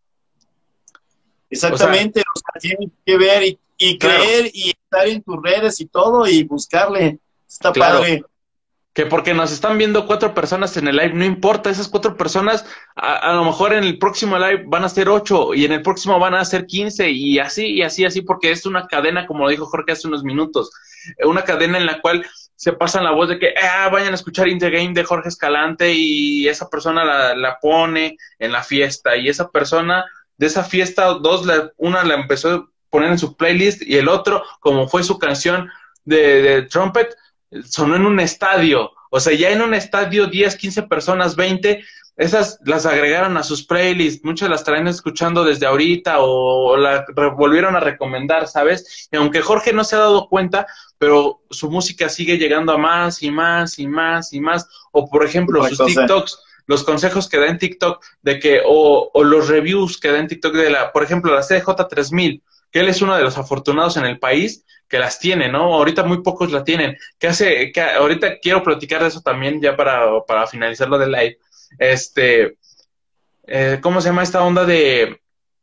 exactamente, o sea, tienes que ver y, y Claro. creer y estar en tus redes y todo y buscarle. Está Claro. padre. Que porque nos están viendo cuatro personas en el live, no importa, esas cuatro personas, a, a lo mejor en el próximo live van a ser ocho y en el próximo van a ser quince y así, y así, así, porque es una cadena, como lo dijo Jorge hace unos minutos, una cadena en la cual se pasan la voz de que ah, vayan a escuchar In The Game de Jorge Escalante y esa persona la, la pone en la fiesta y esa persona de esa fiesta, dos, la, una la empezó a poner en su playlist y el otro, como fue su canción de, de Trumpet, sonó en un estadio, o sea, ya en un estadio diez, quince personas, veinte, esas las agregaron a sus playlists, muchas las traen escuchando desde ahorita o, o la volvieron a recomendar, ¿sabes? Y aunque Jorge no se ha dado cuenta, pero su música sigue llegando a más y más y más y más, o por ejemplo, sus TikToks, los consejos que da en TikTok de que, o, o los reviews que da en TikTok de la, por ejemplo, la C J tres mil, que él es uno de los afortunados en el país que las tiene, ¿no? Ahorita muy pocos la tienen. ¿Qué hace? Que ahorita quiero platicar de eso también ya para, para finalizar lo del live. Este, eh, ¿cómo se llama esta onda de,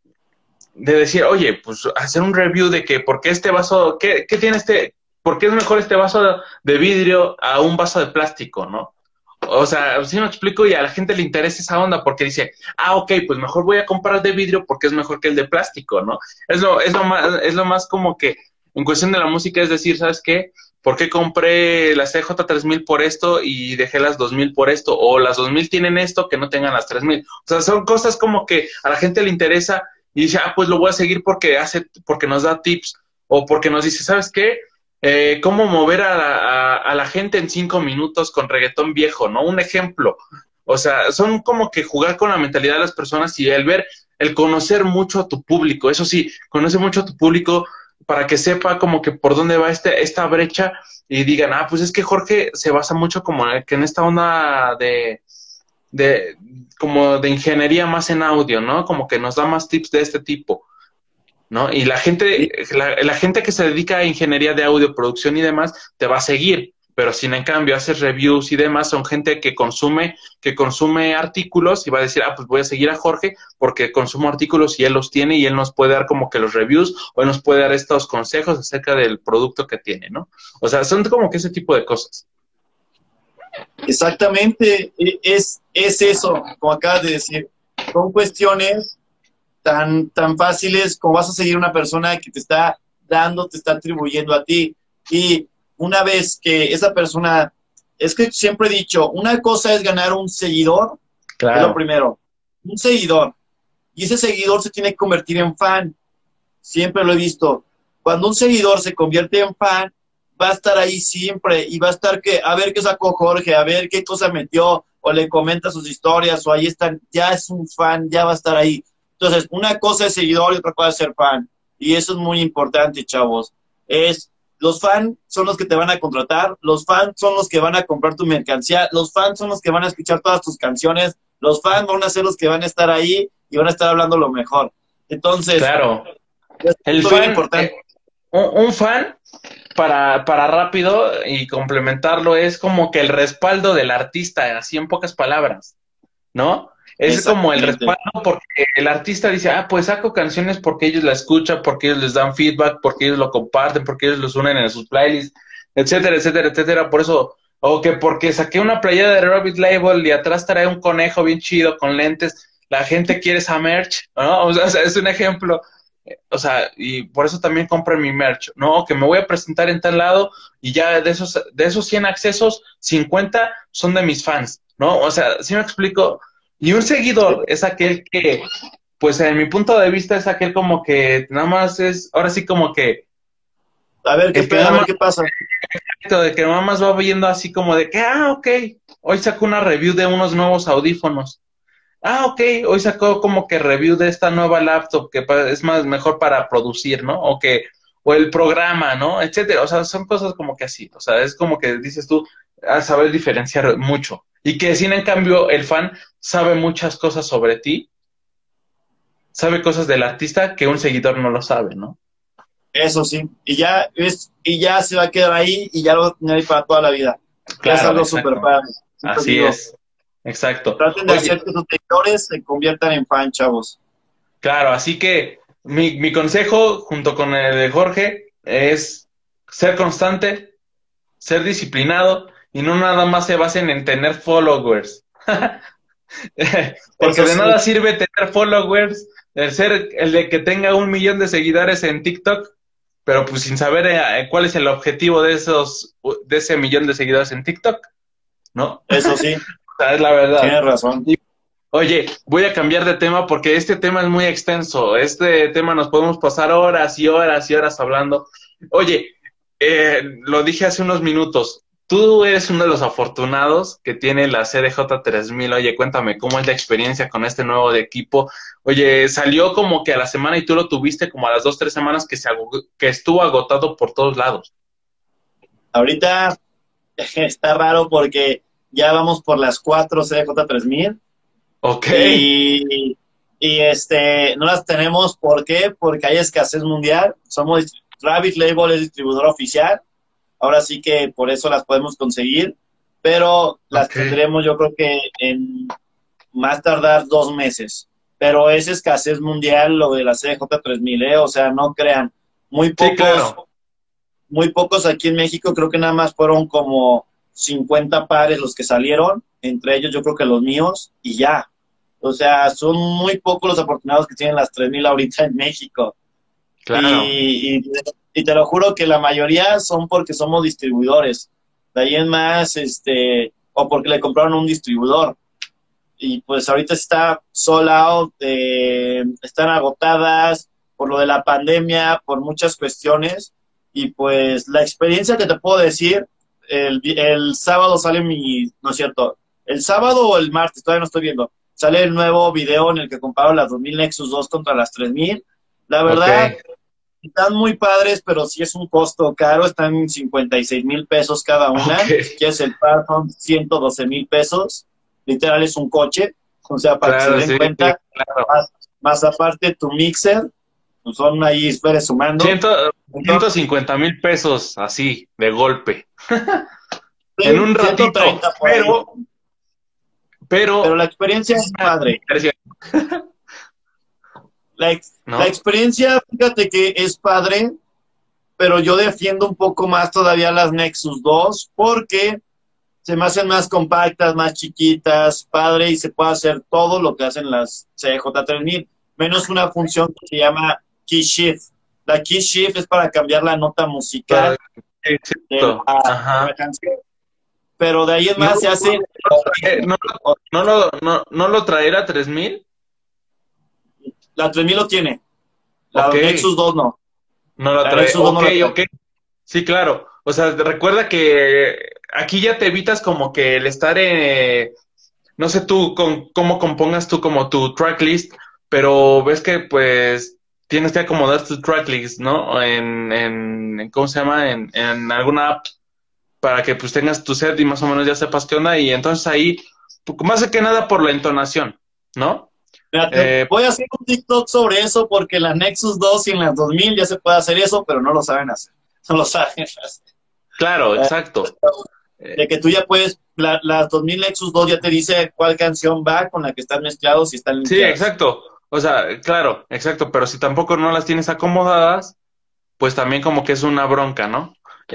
de decir, oye, pues hacer un review de que por qué este vaso, qué, qué tiene este, por qué es mejor este vaso de vidrio a un vaso de plástico, ¿no? O sea, si me explico y a la gente le interesa esa onda porque dice, ah, ok, pues mejor voy a comprar de vidrio porque es mejor que el de plástico, ¿no? Es lo, es lo más, es lo más como que en cuestión de la música es decir, ¿sabes qué? ¿Por qué compré las C J tres mil por esto y dejé las dos mil por esto? O las dos mil tienen esto que no tengan las tres mil. O sea, son cosas como que a la gente le interesa y dice, ah, pues lo voy a seguir porque hace, porque nos da tips o porque nos dice, ¿sabes qué? Eh, cómo mover a la, a, a la gente en cinco minutos con reggaetón viejo, ¿no? Un ejemplo. O sea, son como que jugar con la mentalidad de las personas y el ver, el conocer mucho a tu público. Eso sí, conoce mucho a tu público para que sepa como que por dónde va este, esta brecha y digan, ah, pues es que Jorge se basa mucho como en, que en esta onda de, de, como de ingeniería más en audio, ¿no? Como que nos da más tips de este tipo. ¿No? Y la gente, la, la gente que se dedica a ingeniería de audio, producción y demás, te va a seguir, pero si en cambio haces reviews y demás, son gente que consume, que consume artículos y va a decir, ah, pues voy a seguir a Jorge porque consumo artículos y él los tiene y él nos puede dar como que los reviews o él nos puede dar estos consejos acerca del producto que tiene, ¿no? O sea, son como que ese tipo de cosas. Exactamente, es, es eso, como acabas de decir, son cuestiones tan, tan fáciles como vas a seguir una persona que te está dando, te está atribuyendo a ti. Y una vez que esa persona, es que siempre he dicho, una cosa es ganar un seguidor, Claro. es lo primero, un seguidor, y ese seguidor se tiene que convertir en fan, siempre lo he visto. Cuando un seguidor se convierte en fan, va a estar ahí siempre, y va a estar que, a ver qué sacó Jorge, a ver qué cosa metió, o le comenta sus historias, o ahí están, ya es un fan, ya va a estar ahí. Entonces, una cosa es seguidor y otra cosa es ser fan, y eso es muy importante, chavos. Es, los fans son los que te van a contratar, los fans son los que van a comprar tu mercancía, los fans son los que van a escuchar todas tus canciones, los fans van a ser los que van a estar ahí y van a estar hablando lo mejor. Entonces, Claro. es El muy fan, importante. eh, un, un fan, para, para rápido y complementarlo, es como que el respaldo del artista, así en pocas palabras, ¿no? Es como el Exactamente. respaldo porque el artista dice, ah, pues saco canciones porque ellos la escuchan, porque ellos les dan feedback, porque ellos lo comparten, porque ellos los unen en sus playlists, etcétera, etcétera, etcétera. Por eso, o que porque saqué una playera de Rabbit Label y atrás trae un conejo bien chido con lentes, la gente quiere esa merch, ¿no? O sea, o sea, es un ejemplo. O sea, y por eso también compren mi merch, ¿no? Que me voy a presentar en tal lado y ya de esos, de esos cien accesos, cincuenta son de mis fans, ¿no? O sea, ¿sí me explico? Y un seguidor es aquel que, pues en mi punto de vista, es aquel como que nada más es, ahora sí como que, A ver qué, el que pe- a nada ver más, qué pasa. de que nada más va viendo así como de que, ah, ok, hoy sacó una review de unos nuevos audífonos. Ah, ok, hoy sacó como que review de esta nueva laptop que pa- es más mejor para producir, ¿no? O que, o el programa, ¿no? Etcétera. O sea, son cosas como que así. O sea, es como que dices tú, a saber diferenciar mucho. Y que sin en cambio el fan sabe muchas cosas sobre ti, sabe cosas del artista que un seguidor no lo sabe, ¿no? Eso sí. Y ya es, y ya se va a quedar ahí y ya lo va a tener ahí para toda la vida. Ya es Claro, algo súper exacto. padre. Siempre Así digo, es. Exacto. traten de Oye, hacer que sus seguidores se conviertan en fan, chavos. claro, así que mi, mi consejo, junto con el de Jorge, es ser constante, ser disciplinado y no nada más se basen en tener followers. Porque Eso de sí, nada sirve tener followers, el ser el de que tenga un millón de seguidores en TikTok, pero pues sin saber eh, cuál es el objetivo de esos, de ese millón de seguidores en TikTok, ¿no? eso sí, O sea, es la verdad. tienes razón. Y, oye, voy a cambiar de tema porque este tema es muy extenso. Este tema nos podemos pasar horas y horas y horas hablando. Oye, eh, lo dije hace unos minutos. Tú eres uno de los afortunados que tiene la C D J tres mil. Oye, cuéntame, ¿cómo es la experiencia con este nuevo de equipo? Oye, salió como que a la semana y tú lo tuviste como a las dos, tres semanas que, se ago- que estuvo agotado por todos lados. Ahorita está raro porque ya vamos por las cuatro C D J tres mil Ok, y, y este, no las tenemos. ¿Por qué? Porque hay escasez mundial. Somos Rabbit Label, es distribuidor oficial. Ahora sí que por eso las podemos conseguir, pero las ok. tendremos yo creo que en más tardar dos meses. Pero es escasez mundial lo de la C D J tres mil, ¿eh? O sea, no crean. Muy Sí, pocos, claro. muy pocos aquí en México, creo que nada más fueron como cincuenta pares los que salieron, entre ellos yo creo que los míos, y ya. O sea, son muy pocos los afortunados que tienen las tres mil ahorita en México. Claro. Y, y, y te lo juro que la mayoría son porque somos distribuidores. De ahí en más, este, o porque le compraron a un distribuidor. Y pues ahorita está sold out, eh, están agotadas por lo de la pandemia, por muchas cuestiones. Y pues la experiencia que te puedo decir, el, el sábado sale mi, no es cierto, el sábado o el martes, todavía no estoy viendo, sale el nuevo video en el que comparo las dos mil Nexus dos contra las tres mil. La verdad, Ok. están muy padres, pero sí es un costo caro, están en cincuenta y seis mil pesos cada una. Ok. Si quieres el par son ciento doce mil pesos, literal es un coche, o sea, para que se Claro, den sí, cuenta, claro. más, más aparte tu mixer, pues son ahí, esperes sumando. Ciento, ciento Entonces, cincuenta mil pesos, así, de golpe. sí, En un ciento ratito, treinta por ahí. pero, Pero pero, la experiencia es padre. La, ex- ¿no? la experiencia, fíjate que es padre, pero yo defiendo un poco más todavía las Nexus dos porque se me hacen más compactas, más chiquitas, padre, y se puede hacer todo lo que hacen las C J tres mil, menos una función que se llama Key Shift. la key shift es para cambiar la nota musical de la, Ajá. de la canción. Pero de ahí en más No, se hace... eh, no, no, lo, no, no lo traerá tres mil. La tres mil lo tiene. La Ok. Nexus dos no. No lo La trae. Nexus dos no Ok, la trae. ok. Sí, claro. O sea, recuerda que aquí ya te evitas como que el estar en, no sé tú con, cómo compongas tú como tu tracklist, pero ves que pues tienes que acomodar tu tracklist, ¿no? En, en, en- ¿cómo se llama? En, en alguna app para que pues tengas tu set y más o menos ya sepas qué onda y entonces ahí, pues, más que nada por la entonación, ¿no? Mira, te Eh, voy a hacer un TikTok sobre eso porque en la Nexus dos y en las dos mil ya se puede hacer eso, pero no lo saben hacer. No lo saben hacer. claro, Eh, exacto. Eh, De que tú ya puedes, la, las dos mil Nexus dos ya te dice cuál canción va con la que están mezclados y están sí, limpiadas. exacto. O sea, claro, exacto, pero si tampoco no las tienes acomodadas, pues también como que es una bronca, ¿no?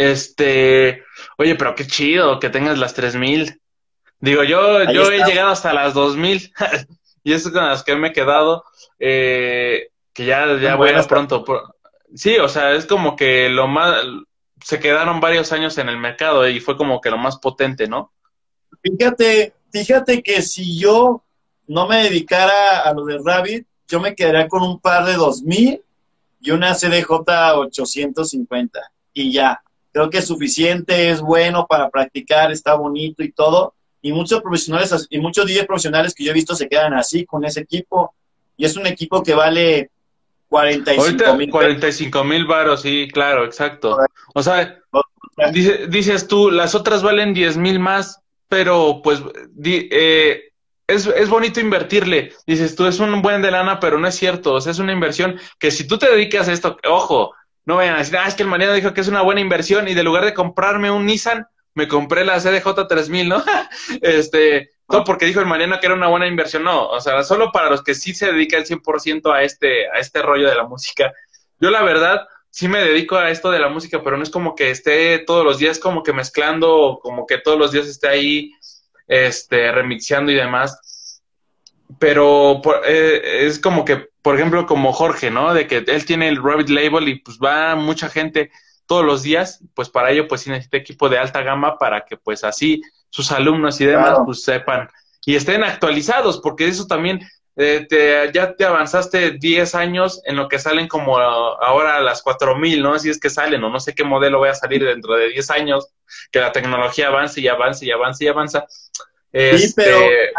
Este, oye, pero qué chido que tengas las tres mil. Digo, yo, Ahí yo he está. llegado hasta las dos mil y es con las que me he quedado, eh, que ya, ya Son voy a buenas. pronto. por- Sí, o sea, es como que lo más, se quedaron varios años en el mercado y fue como que lo más potente, ¿no? Fíjate, fíjate que si yo no me dedicara a lo de Rabbit, yo me quedaría con un par de dos mil y una C D J ochocientos cincuenta. Y ya, creo que es suficiente, es bueno para practicar, está bonito y todo. Y muchos profesionales y muchos D J profesionales que yo he visto se quedan así con ese equipo. Y es un equipo que vale cuarenta y cinco Ahorita mil pesos. cuarenta y cinco mil varos, sí, claro, exacto. O sea, dice- dices tú, las otras valen diez mil más, pero pues di- eh, es, es bonito invertirle. Dices tú, es un buen de lana, pero no es cierto. O sea, es una inversión que si tú te dedicas a esto, ojo, no vayan a decir, ah, es que el Mariano dijo que es una buena inversión y de lugar de comprarme un Nissan, me compré la C D J tres mil, ¿no? Este, todo porque dijo el Mariano que era una buena inversión. No, o sea, solo para los que sí se dedican cien por ciento a este, a este rollo de la música. Yo la verdad sí me dedico a esto de la música, pero no es como que esté todos los días como que mezclando, o como que todos los días esté ahí este, remixeando y demás. Pero por- eh, es como que, por ejemplo, como Jorge, ¿no? De que él tiene el Rabbit Label y pues va mucha gente todos los días, pues para ello pues sí necesita equipo de alta gama para que pues así sus alumnos y demás Claro. pues sepan y estén actualizados, porque eso también eh, te, ya te avanzaste diez años en lo que salen como ahora las cuatro mil, ¿no? Si es que salen, o no sé qué modelo vaya a salir dentro de diez años, que la tecnología avance y avance y avance y avanza. Sí, pero Este,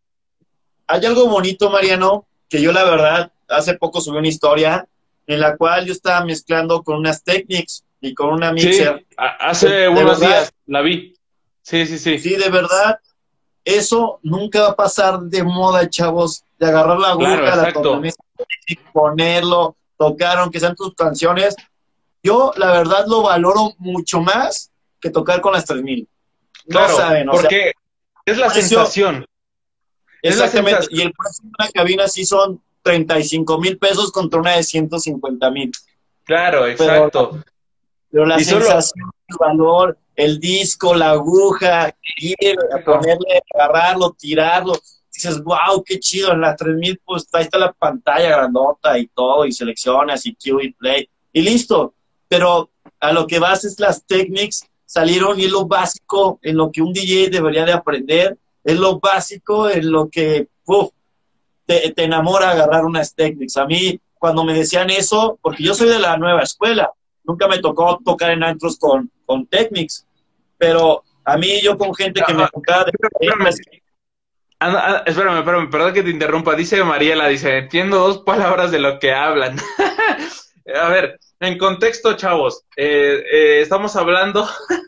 hay algo bonito, Mariano, que yo la verdad hace poco subí una historia en la cual yo estaba mezclando con unas Technics y con una sí, mixer. a- De, hace de unos verdad, días la vi. Sí, sí, sí. sí, de verdad, eso nunca va a pasar de moda, chavos, de agarrar la Claro, aguja, la exacto. tornamesa, ponerlo, tocar, aunque sean tus canciones. Yo, la verdad, lo valoro mucho más que tocar con las tres mil. No Claro, saben, o sea, porque es la precio, sensación. Es la exactamente, sensación. y el precio de una cabina sí son treinta y cinco mil pesos contra una de ciento cincuenta mil. Claro, Pero, exacto. pero la Y solo, sensación, el valor, el disco, la aguja, ir a ponerle, agarrarlo, tirarlo, dices, wow, qué chido, en las tres mil pues ahí está la pantalla grandota y todo, y seleccionas y cue y play, y listo. Pero a lo que vas es las techniques, salieron y es lo básico en lo que un D J debería de aprender, es lo básico en lo que, uf, te, te enamora agarrar unas techniques. A mí, cuando me decían eso, porque yo soy de la nueva escuela, nunca me tocó tocar en antros con, con techniques, pero a mí yo con gente que me tocaba de espérame, anda, anda, espérame, espérame, perdón que te interrumpa. Dice Mariela, dice, entiendo dos palabras de lo que hablan. A ver, en contexto, chavos, eh, eh, estamos hablando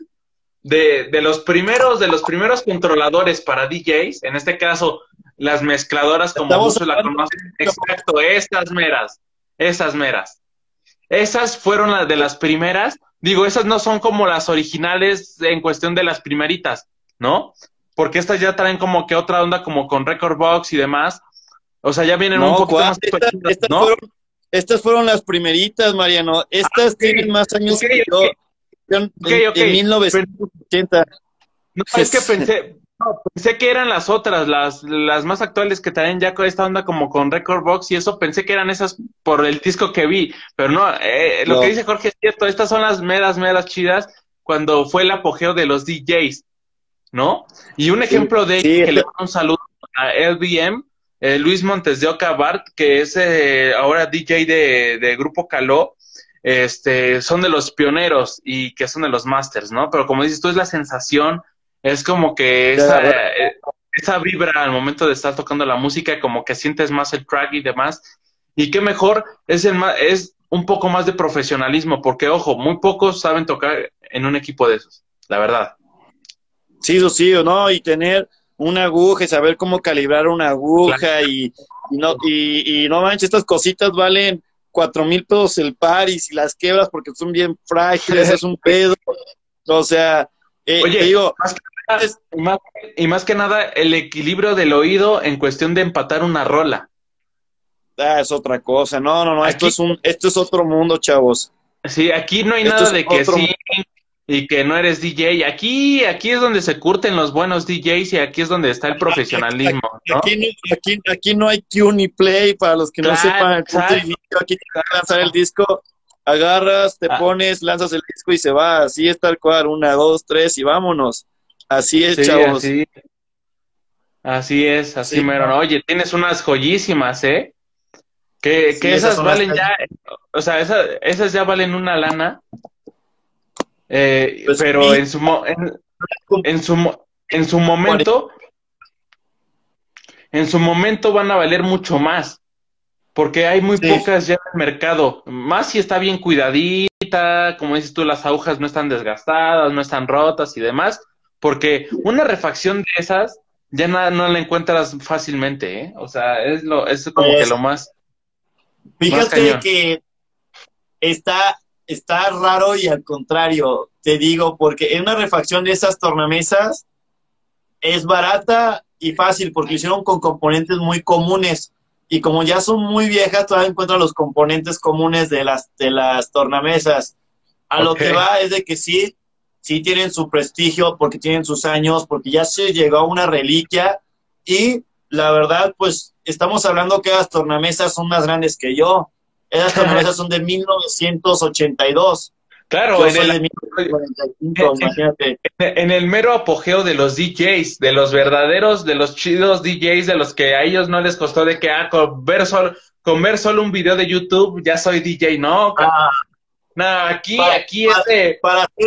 de, de los primeros, de los primeros controladores para D Js, en este caso, las mezcladoras como estamos muchos la hablando conocen. de Exacto, esas meras, esas meras. Esas fueron las de las primeras. Digo, esas no son como las originales en cuestión de las primeritas, ¿no? Porque estas ya traen como que otra onda como con Record Box y demás. O sea, ya vienen un no, poquito ¿cuál? más Estas, pequeñas, estas ¿no? fueron, estas fueron las primeritas, Mariano. Estas Ok, tienen más años ok, que yo. ok, En, ok, en, ok. en Pero, mil novecientos ochenta. no, es que pensé, Pensé que eran las otras, las, las más actuales que traen ya con esta onda como con Record Box y eso, pensé que eran esas por el disco que vi, pero no, eh, lo que No. dice Jorge es cierto, estas son las meras, meras chidas cuando fue el apogeo de los D Js, ¿no? Y un Sí, ejemplo de ello, sí, que le este- mando un saludo a L B M, eh, Luis Montes de Oca Bart, que es eh, ahora D J de, de Grupo Caló, este, son de los pioneros y que son de los masters, ¿no? Pero como dices tú, es la sensación, es como que de esa, agarrar. eh, esa vibra al momento de estar tocando la música, como que sientes más el track y demás. Y qué mejor, es, el más, es un poco más de profesionalismo, porque ojo, muy pocos saben tocar en un equipo de esos, la verdad. Sí, eso sí, o no, y tener una aguja y saber cómo calibrar una aguja y, y no, y, y no manches, estas cositas valen cuatro mil pesos el par y si las quebras porque son bien frágiles, es un pedo. O sea, eh, te Oye, digo, más que nada, es- y más, y más que nada el equilibrio del oído en cuestión de empatar una rola. ah, es otra cosa. No, no, no, esto Aquí, es un, esto es otro mundo, chavos. sí, aquí no hay Esto nada es de que otro sí mundo. y que no eres D J. Aquí, aquí es donde se curten los buenos D Js y aquí es donde está el Aquí, profesionalismo, ¿no? aquí no, aquí, aquí no hay Q ni play, para los que no Claro, sepan el punto de exacto. inicio, aquí tienes que lanzar el disco, agarras, te Ah, pones, lanzas el disco y se va, así es tal cual, una, dos, tres y vámonos. Así es, sí, chavos. así, así es, así Sí, mero, ¿no? no, Oye, tienes unas joyísimas, ¿eh? Que, sí, que esas esas son las valen ya, o sea, esas, esas ya valen una lana, eh, pues pero sí, en su, mo- en, como en su, mo- en su momento, en su momento van a valer mucho más, porque hay muy sí, pocas ya en el mercado, más si está bien cuidadita, como dices tú, las agujas no están desgastadas, no están rotas y demás, porque una refacción de esas ya na- no la encuentras fácilmente, ¿eh? O sea, es lo, es como que pues lo más, más fíjate cañón. que está, está raro y al contrario, te digo, porque en una refacción de esas tornamesas es barata y fácil porque lo hicieron con componentes muy comunes y como ya son muy viejas, todavía encuentran los componentes comunes de las, de las tornamesas. A lo Ok. que va es de que sí, sí tienen su prestigio porque tienen sus años, porque ya se llegó a una reliquia y la verdad, pues estamos hablando que las tornamesas son más grandes que yo. Esas tornamesas son de mil novecientos ochenta y dos. Claro, Yo en soy el, de mil novecientos cuarenta y en, cinco, imagínate. en el mero apogeo de los D Js, de los verdaderos, de los chidos D Js, de los que a ellos no les costó de que, ah, con ver solo, con ver solo un video de YouTube ya soy D J, no, ca- Ah, no, aquí, para, aquí para, este, para hacer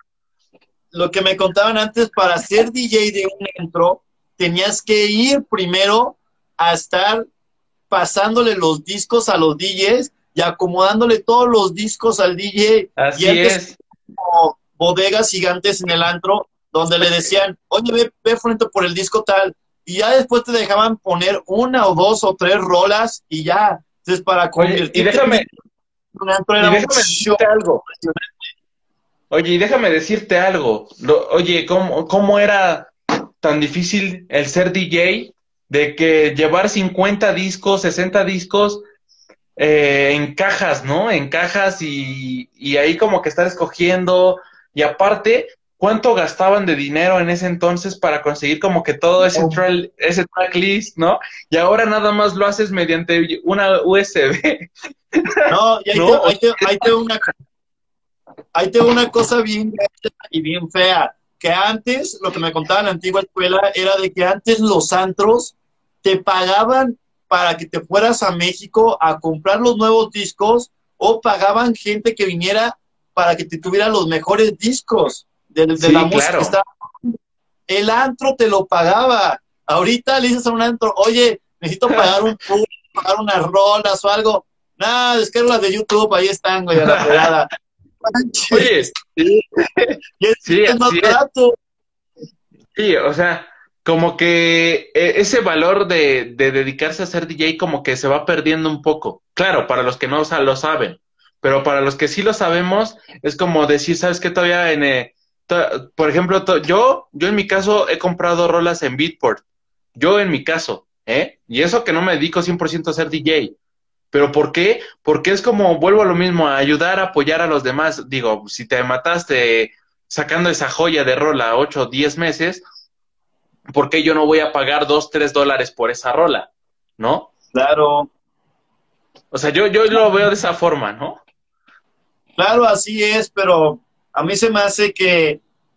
lo que me contaban antes, para ser D J de un intro, tenías que ir primero a estar pasándole los discos a los D Js y acomodándole todos los discos al D J. Y así antes, es, como bodegas gigantes en el antro, donde le decían, oye, ve, ve frente por el disco tal. Y ya después te dejaban poner una o dos o tres rolas y ya. Entonces, para oye, y convertirte en déjame, un antro y era un déjame show. decirte algo, oye, y déjame decirte algo, Lo- oye, ¿cómo, cómo era tan difícil el ser D J de que llevar cincuenta discos, sesenta discos eh, en cajas, ¿no? En cajas y, y ahí como que estar escogiendo. Y aparte, ¿cuánto gastaban de dinero en ese entonces para conseguir como que todo ese, trail, ese tracklist, ¿no? Y ahora nada más lo haces mediante una U S B, No, y ahí te, ¿no? O ahí te, ahí te una, ahí te una cosa bien gacha y bien fea, que antes, lo que me contaba en la antigua escuela, era de que antes los antros te pagaban para que te fueras a México a comprar los nuevos discos o pagaban gente que viniera para que te tuviera los mejores discos de, de la sí, música que claro. estaba. El antro te lo pagaba. Ahorita le dices a un antro, oye, necesito pagar un pool, pagar unas rolas o algo. Nada, descarga las de YouTube, ahí están, güey, a la fregada. Oye, Manches, sí, y es, sí, es más así es. barato. Sí, o sea, como que eh, ese valor de, de dedicarse a ser D J como que se va perdiendo un poco. Claro, para los que no sa- lo saben, pero para los que sí lo sabemos, es como decir, ¿sabes qué? Todavía en, eh, to- por ejemplo, to- yo, yo en mi caso he comprado rolas en Beatport. Yo en mi caso, ¿eh? Y eso que no me dedico cien por ciento a ser D J. ¿Pero por qué? Porque es como, vuelvo a lo mismo, a ayudar a apoyar a los demás. Digo, si te mataste sacando esa joya de rola ocho o diez meses, ¿por qué yo no voy a pagar dos, tres dólares por esa rola? ¿No? Claro. O sea, yo, yo lo veo de esa forma, ¿no? Claro, así es, pero a mí se me hace que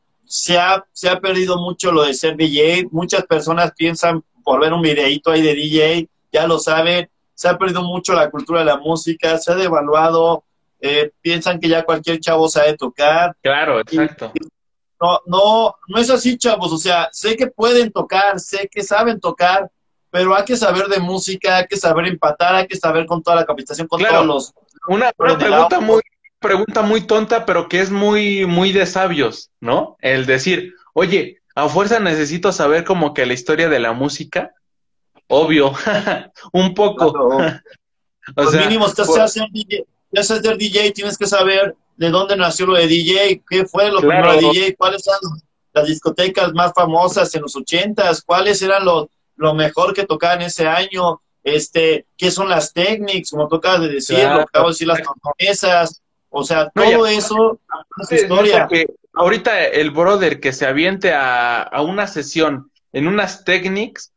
se ha, se ha perdido mucho lo de ser D J. Muchas personas piensan por ver un videíto ahí de D J, ya lo saben, se ha perdido mucho la cultura de la música, se ha devaluado, eh, piensan que ya cualquier chavo sabe tocar. Claro, exacto. Y no, no, no es así, chavos, o sea, sé que pueden tocar, sé que saben tocar, pero hay que saber de música, hay que saber empatar, hay que saber con toda la capacitación, con Claro. todos los... Una, una pregunta muy, pregunta muy tonta, pero que es muy, muy de sabios, ¿no? El decir, oye, a fuerza necesito saber como que la historia de la música. Obvio, un poco. Claro. O Los sea, mínimos, te por- haces D J, te haces ser D J, tienes que saber de dónde nació lo de D J, qué fue lo Claro. primero de D J, cuáles eran las discotecas más famosas en los ochentas, cuáles eran los lo mejor que tocaban ese año, este, qué son las técnicas, como tú acabas de decir, Claro. lo que acabo de decir, las tornamesas, o sea, No, todo ya. eso es Es historia. neta que ahorita el brother que se aviente a, a una sesión en unas techniques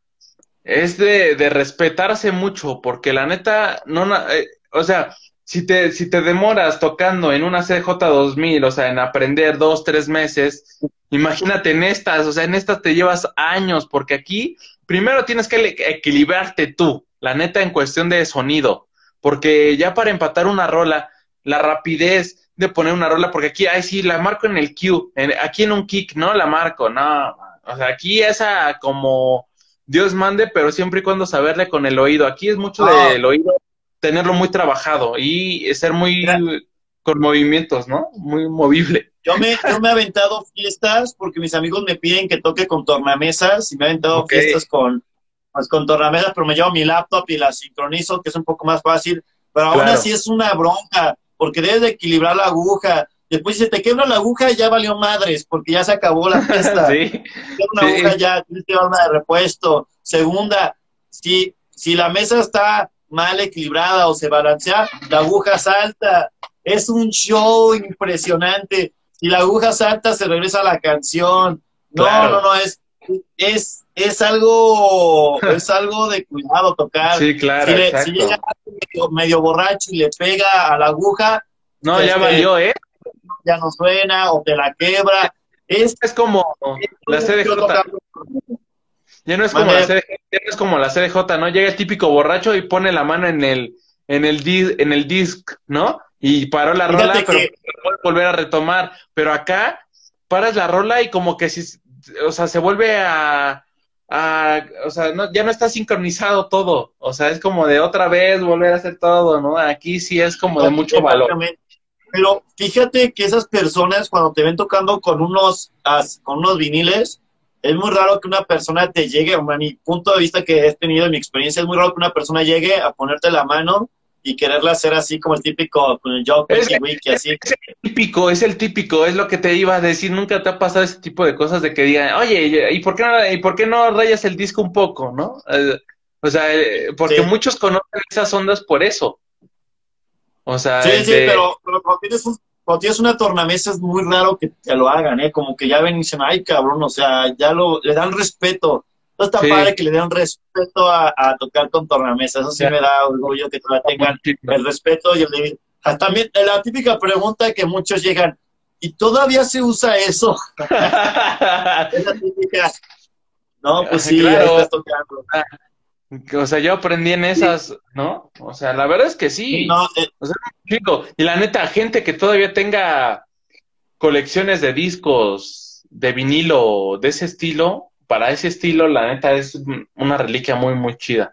es de, de respetarse mucho, porque la neta, no, na- eh, o sea, si te, si te demoras tocando en una C J dos mil, o sea, en aprender dos, tres meses, imagínate en estas, o sea, en estas te llevas años, porque aquí primero tienes que le- equilibrarte tú, la neta, en cuestión de sonido, porque ya para empatar una rola, la rapidez de poner una rola, porque aquí, ay, sí, la marco en el cue, en- aquí en un kick, no la marco, no, o sea, aquí esa como Dios mande, pero siempre y cuando saberle con el oído. Aquí es mucho Ah, del oído, tenerlo muy trabajado y ser mira, muy con movimientos, ¿no? Muy movible. yo me, yo me he aventado fiestas porque mis amigos me piden que toque con tornamesas y me he aventado Ok, fiestas con, pues, con tornamesas, pero me llevo mi laptop y la sincronizo, que es un poco más fácil, pero aún claro. así es una bronca, porque debes de equilibrar la aguja. Después si se te quebra la aguja ya valió madres, porque ya se acabó la fiesta. Sí, Quebra una sí, aguja ya, tienes que llevar una de repuesto. Segunda, si, si la mesa está mal equilibrada o se balancea, la aguja salta. Es un show impresionante. Si la aguja salta, se regresa a la canción. No, claro. no, no, es, es, es algo, es algo de cuidado tocar. Sí, claro, Si, le, si exacto. llega medio, medio borracho y le pega a la aguja, No, ya este, valió, ¿eh? ya no suena o te la quebra. Es, Es como la C D yo J. tocando. Ya no es como Mande. la C D J, ya no es como la C D J, ¿no? Llega el típico borracho y pone la mano en el, en el dis, en el disc, ¿no? Y paró la Fíjate rola, pero que- puede volver a retomar. Pero acá paras la rola y como que si, o sea, se vuelve a, a o sea, no, ya no está sincronizado todo. O sea, es como de otra vez volver a hacer todo, ¿no? Aquí sí es como de mucho valor. Exactamente. Pero fíjate que esas personas cuando te ven tocando con unos, as- con unos viniles, es muy raro que una persona te llegue, a mi punto de vista que he tenido en mi experiencia, es muy raro que una persona llegue a ponerte la mano y quererla hacer así como el típico, con el Joe Es, Wiki Wiki, así. es el típico, es el típico, es lo que te iba a decir. Nunca te ha pasado ese tipo de cosas de que digan, oye, ¿y por qué no, y por qué no rayas el disco un poco, no? Eh, o sea, eh, porque Sí. muchos conocen esas ondas por eso. O sea, Sí, el sí, de- pero, pero cuando, tienes un- cuando tienes una tornamesa es muy raro que te lo hagan, ¿eh? Como que ya ven y dicen, ay, cabrón, o sea, ya lo, le dan respeto. No está Sí. padre que le den respeto a, a tocar con tornamesa. Eso sí Ya. me da orgullo que la tengan el respeto y el ah, también eh, la típica pregunta que muchos llegan, ¿y todavía se usa eso? Es la típica. No, pues sí, Claro. ahí estás tocando. O sea, yo aprendí en esas, ¿no? O sea, la verdad es que sí. Sí, no, eh, O sea, chico, y la neta, gente que todavía tenga colecciones de discos de vinilo de ese estilo, para ese estilo, la neta es una reliquia muy, muy chida.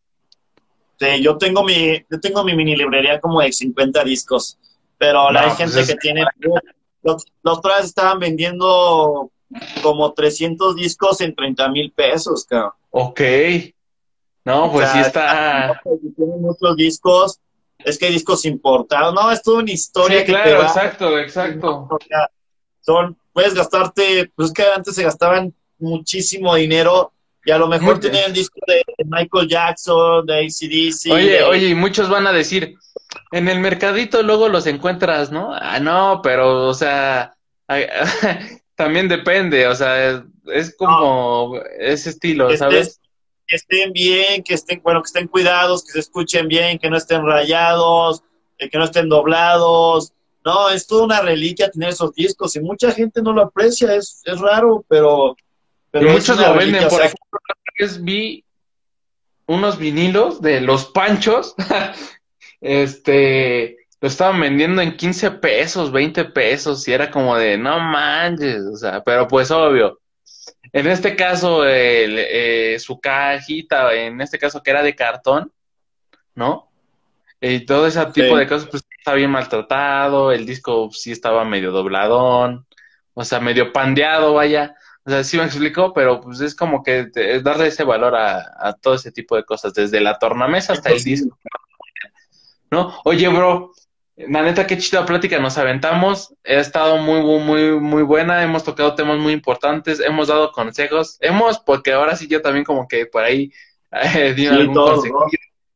sí, yo tengo mi, yo tengo mi mini librería como de cincuenta discos, pero la No, hay pues gente es- que tiene, los, los otras estaban vendiendo como trescientos discos en treinta mil pesos, cabrón. Ok. No, pues O sí sea, está. tienen muchos discos, es que hay discos importados, no, es toda una historia Sí, que te claro, va. exacto, exacto. O sea, son, puedes gastarte, pues es que antes se gastaban muchísimo dinero y a lo mejor Muy- tenían discos de Michael Jackson, de A C D C. Oye, de- oye, y muchos van a decir, en el mercadito luego los encuentras, ¿no? Ah, no, pero, o sea, ay, también depende, o sea, es, es como ese estilo, Que, ¿sabes? estés, que estén bien, que estén, bueno, que estén cuidados, que se escuchen bien, que no estén rayados, eh, que no estén doblados. No, es toda una reliquia tener esos discos y mucha gente no lo aprecia, es, es raro, pero, Y pero es muchos una lo reliquia, venden, o por sea, ejemplo, una vez vi unos vinilos de Los Panchos, este, lo estaban vendiendo en quince pesos, veinte pesos, y era como de, no manches, o sea, pero pues obvio. En este caso, el, eh, su cajita, en este caso que era de cartón, ¿no? Y todo ese tipo de sí. cosas, pues está bien maltratado, el disco sí estaba medio dobladón, o sea, medio pandeado, vaya. O sea, sí me explicó, pero pues es como que te- darle ese valor a, a todo ese tipo de cosas, desde la tornamesa hasta el Entonces, sí. disco, ¿no? Oye, bro, la neta, qué chida plática nos aventamos. Ha estado muy, muy, muy, muy buena. Hemos tocado temas muy importantes, hemos dado consejos. Hemos, porque ahora sí yo también como que por ahí eh, di Sí, algún todo, consejo. ¿no?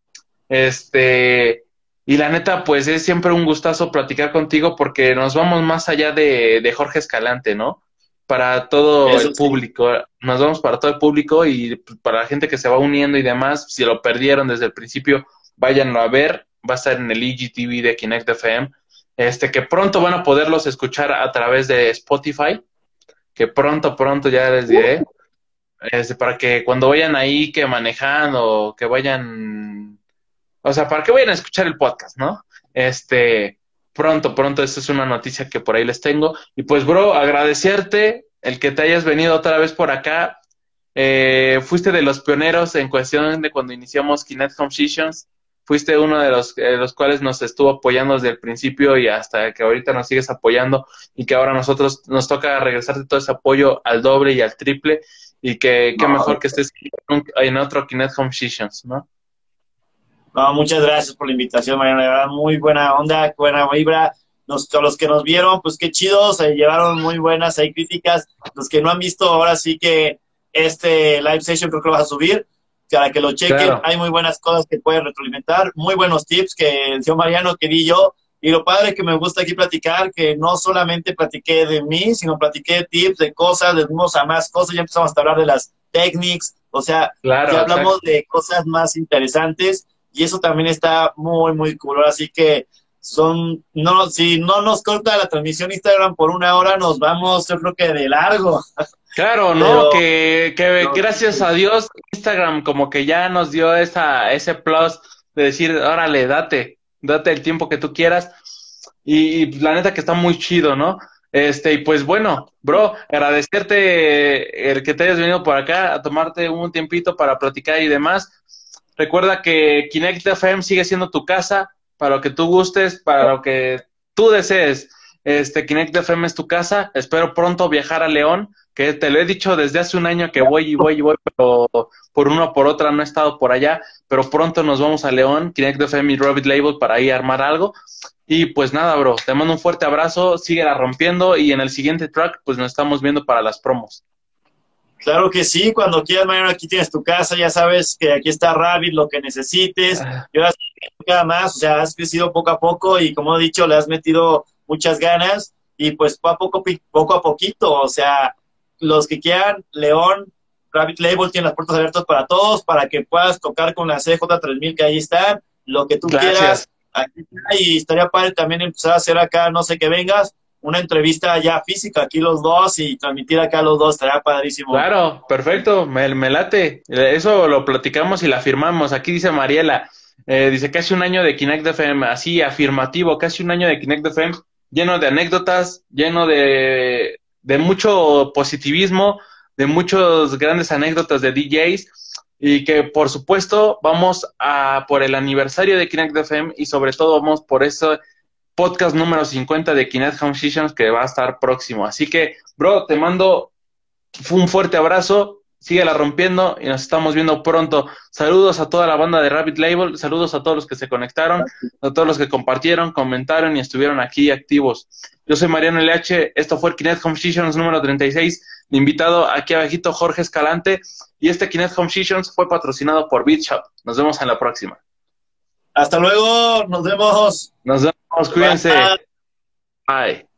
Este, y la neta, pues es siempre un gustazo platicar contigo porque nos vamos más allá de, de Jorge Escalante, ¿no? Para todo Eso el sí. público, nos vamos para todo el público y pues, para la gente que se va uniendo y demás, si lo perdieron desde el principio, váyanlo a ver, va a estar en el I G T V de Kinect F M, este, que pronto van a poderlos escuchar a través de Spotify, que pronto, pronto ya les diré, este, para que cuando vayan ahí, que manejando, que vayan, o sea, para que vayan a escuchar el podcast, ¿no? Este, pronto, pronto, esta es una noticia que por ahí les tengo. Y pues, bro, agradecerte el que te hayas venido otra vez por acá. Eh, fuiste de los pioneros en cuestión de cuando iniciamos Kinect Home Sessions. Fuiste uno de los, eh, los cuales nos estuvo apoyando desde el principio y hasta que ahorita nos sigues apoyando y que ahora nosotros nos toca regresarte todo ese apoyo al doble y al triple y que qué No, mejor que estés en, en otro Kinect Home Sessions, ¿no? no, muchas gracias por la invitación, Mariano. De verdad, muy buena onda, buena vibra. Nos, a los que nos vieron, pues qué chidos, se llevaron muy buenas hay críticas. Los que no han visto, ahora sí que este live session creo que lo vas a subir, para que lo chequen. Claro. Hay muy buenas cosas que pueden retroalimentar, muy buenos tips que el señor Mariano, que di yo. Y lo padre que me gusta aquí platicar, que no solamente platiqué de mí, sino platiqué de tips, de cosas, de unos a más cosas. Ya empezamos a hablar de las técnicas, o sea, ya Claro, exacto. hablamos de cosas más interesantes y eso también está muy, muy cool. Así que son, no, si no nos corta la transmisión Instagram por una hora, nos vamos, yo creo que de largo. Claro, ¿no? Pero, Que, que pero gracias a Dios Instagram como que ya nos dio esa, ese plus de decir, órale, date, date el tiempo que tú quieras. Y, y la neta que está muy chido, ¿no? Este, y pues bueno, bro, agradecerte el que te hayas venido por acá a tomarte un tiempito para platicar y demás. Recuerda que Kinect F M sigue siendo tu casa, para lo que tú gustes, para lo que tú desees. Este, Kinect F M es tu casa. Espero pronto viajar a León, que te lo he dicho desde hace un año que voy y voy y voy, pero por una o por otra no he estado por allá. Pero pronto nos vamos a León, Kinect F M y Rabbit Label para ahí armar algo. Y pues nada, bro, te mando un fuerte abrazo, síguela rompiendo y en el siguiente track pues nos estamos viendo para las promos. claro que sí, cuando quieras, Mariano, aquí tienes tu casa, ya sabes que aquí está Rabbit, lo que necesites. Y ahora sí que nada más, o sea, has crecido poco a poco y como he dicho, le has metido muchas ganas y pues poco a poco, poco a poquito, o sea, los que quieran, León, Rabbit Label tiene las puertas abiertas para todos, para que puedas tocar con la C J tres mil que ahí están, lo que tú Gracias. quieras. Aquí está, y estaría padre también empezar a hacer acá, no sé qué vengas, una entrevista ya física, aquí los dos, y transmitir acá los dos, estaría padrísimo. Claro, perfecto, me, me late. Eso lo platicamos y la firmamos. Aquí dice Mariela, eh, dice casi un año de Kinect F M, así afirmativo, casi un año de Kinect F M, lleno de anécdotas, lleno de, de mucho positivismo, de muchos grandes anécdotas de D Js y que por supuesto vamos a por el aniversario de Kinect F M y sobre todo vamos por ese podcast número cincuenta de Kinect Home Sessions que va a estar próximo. Así que, bro, te mando un fuerte abrazo, síguela rompiendo y nos estamos viendo pronto. Saludos a toda la banda de Rabbit Label, saludos a todos los que se conectaron, a todos los que compartieron, comentaron y estuvieron aquí activos. Yo soy Mariano L H, esto fue el Kinect Home Sessions número treinta y seis, invitado aquí abajito Jorge Escalante y este Kinect Home Sessions fue patrocinado por BeatShop. Nos vemos en la próxima. Hasta luego, nos vemos. Nos vemos, cuídense. Bye. Bye.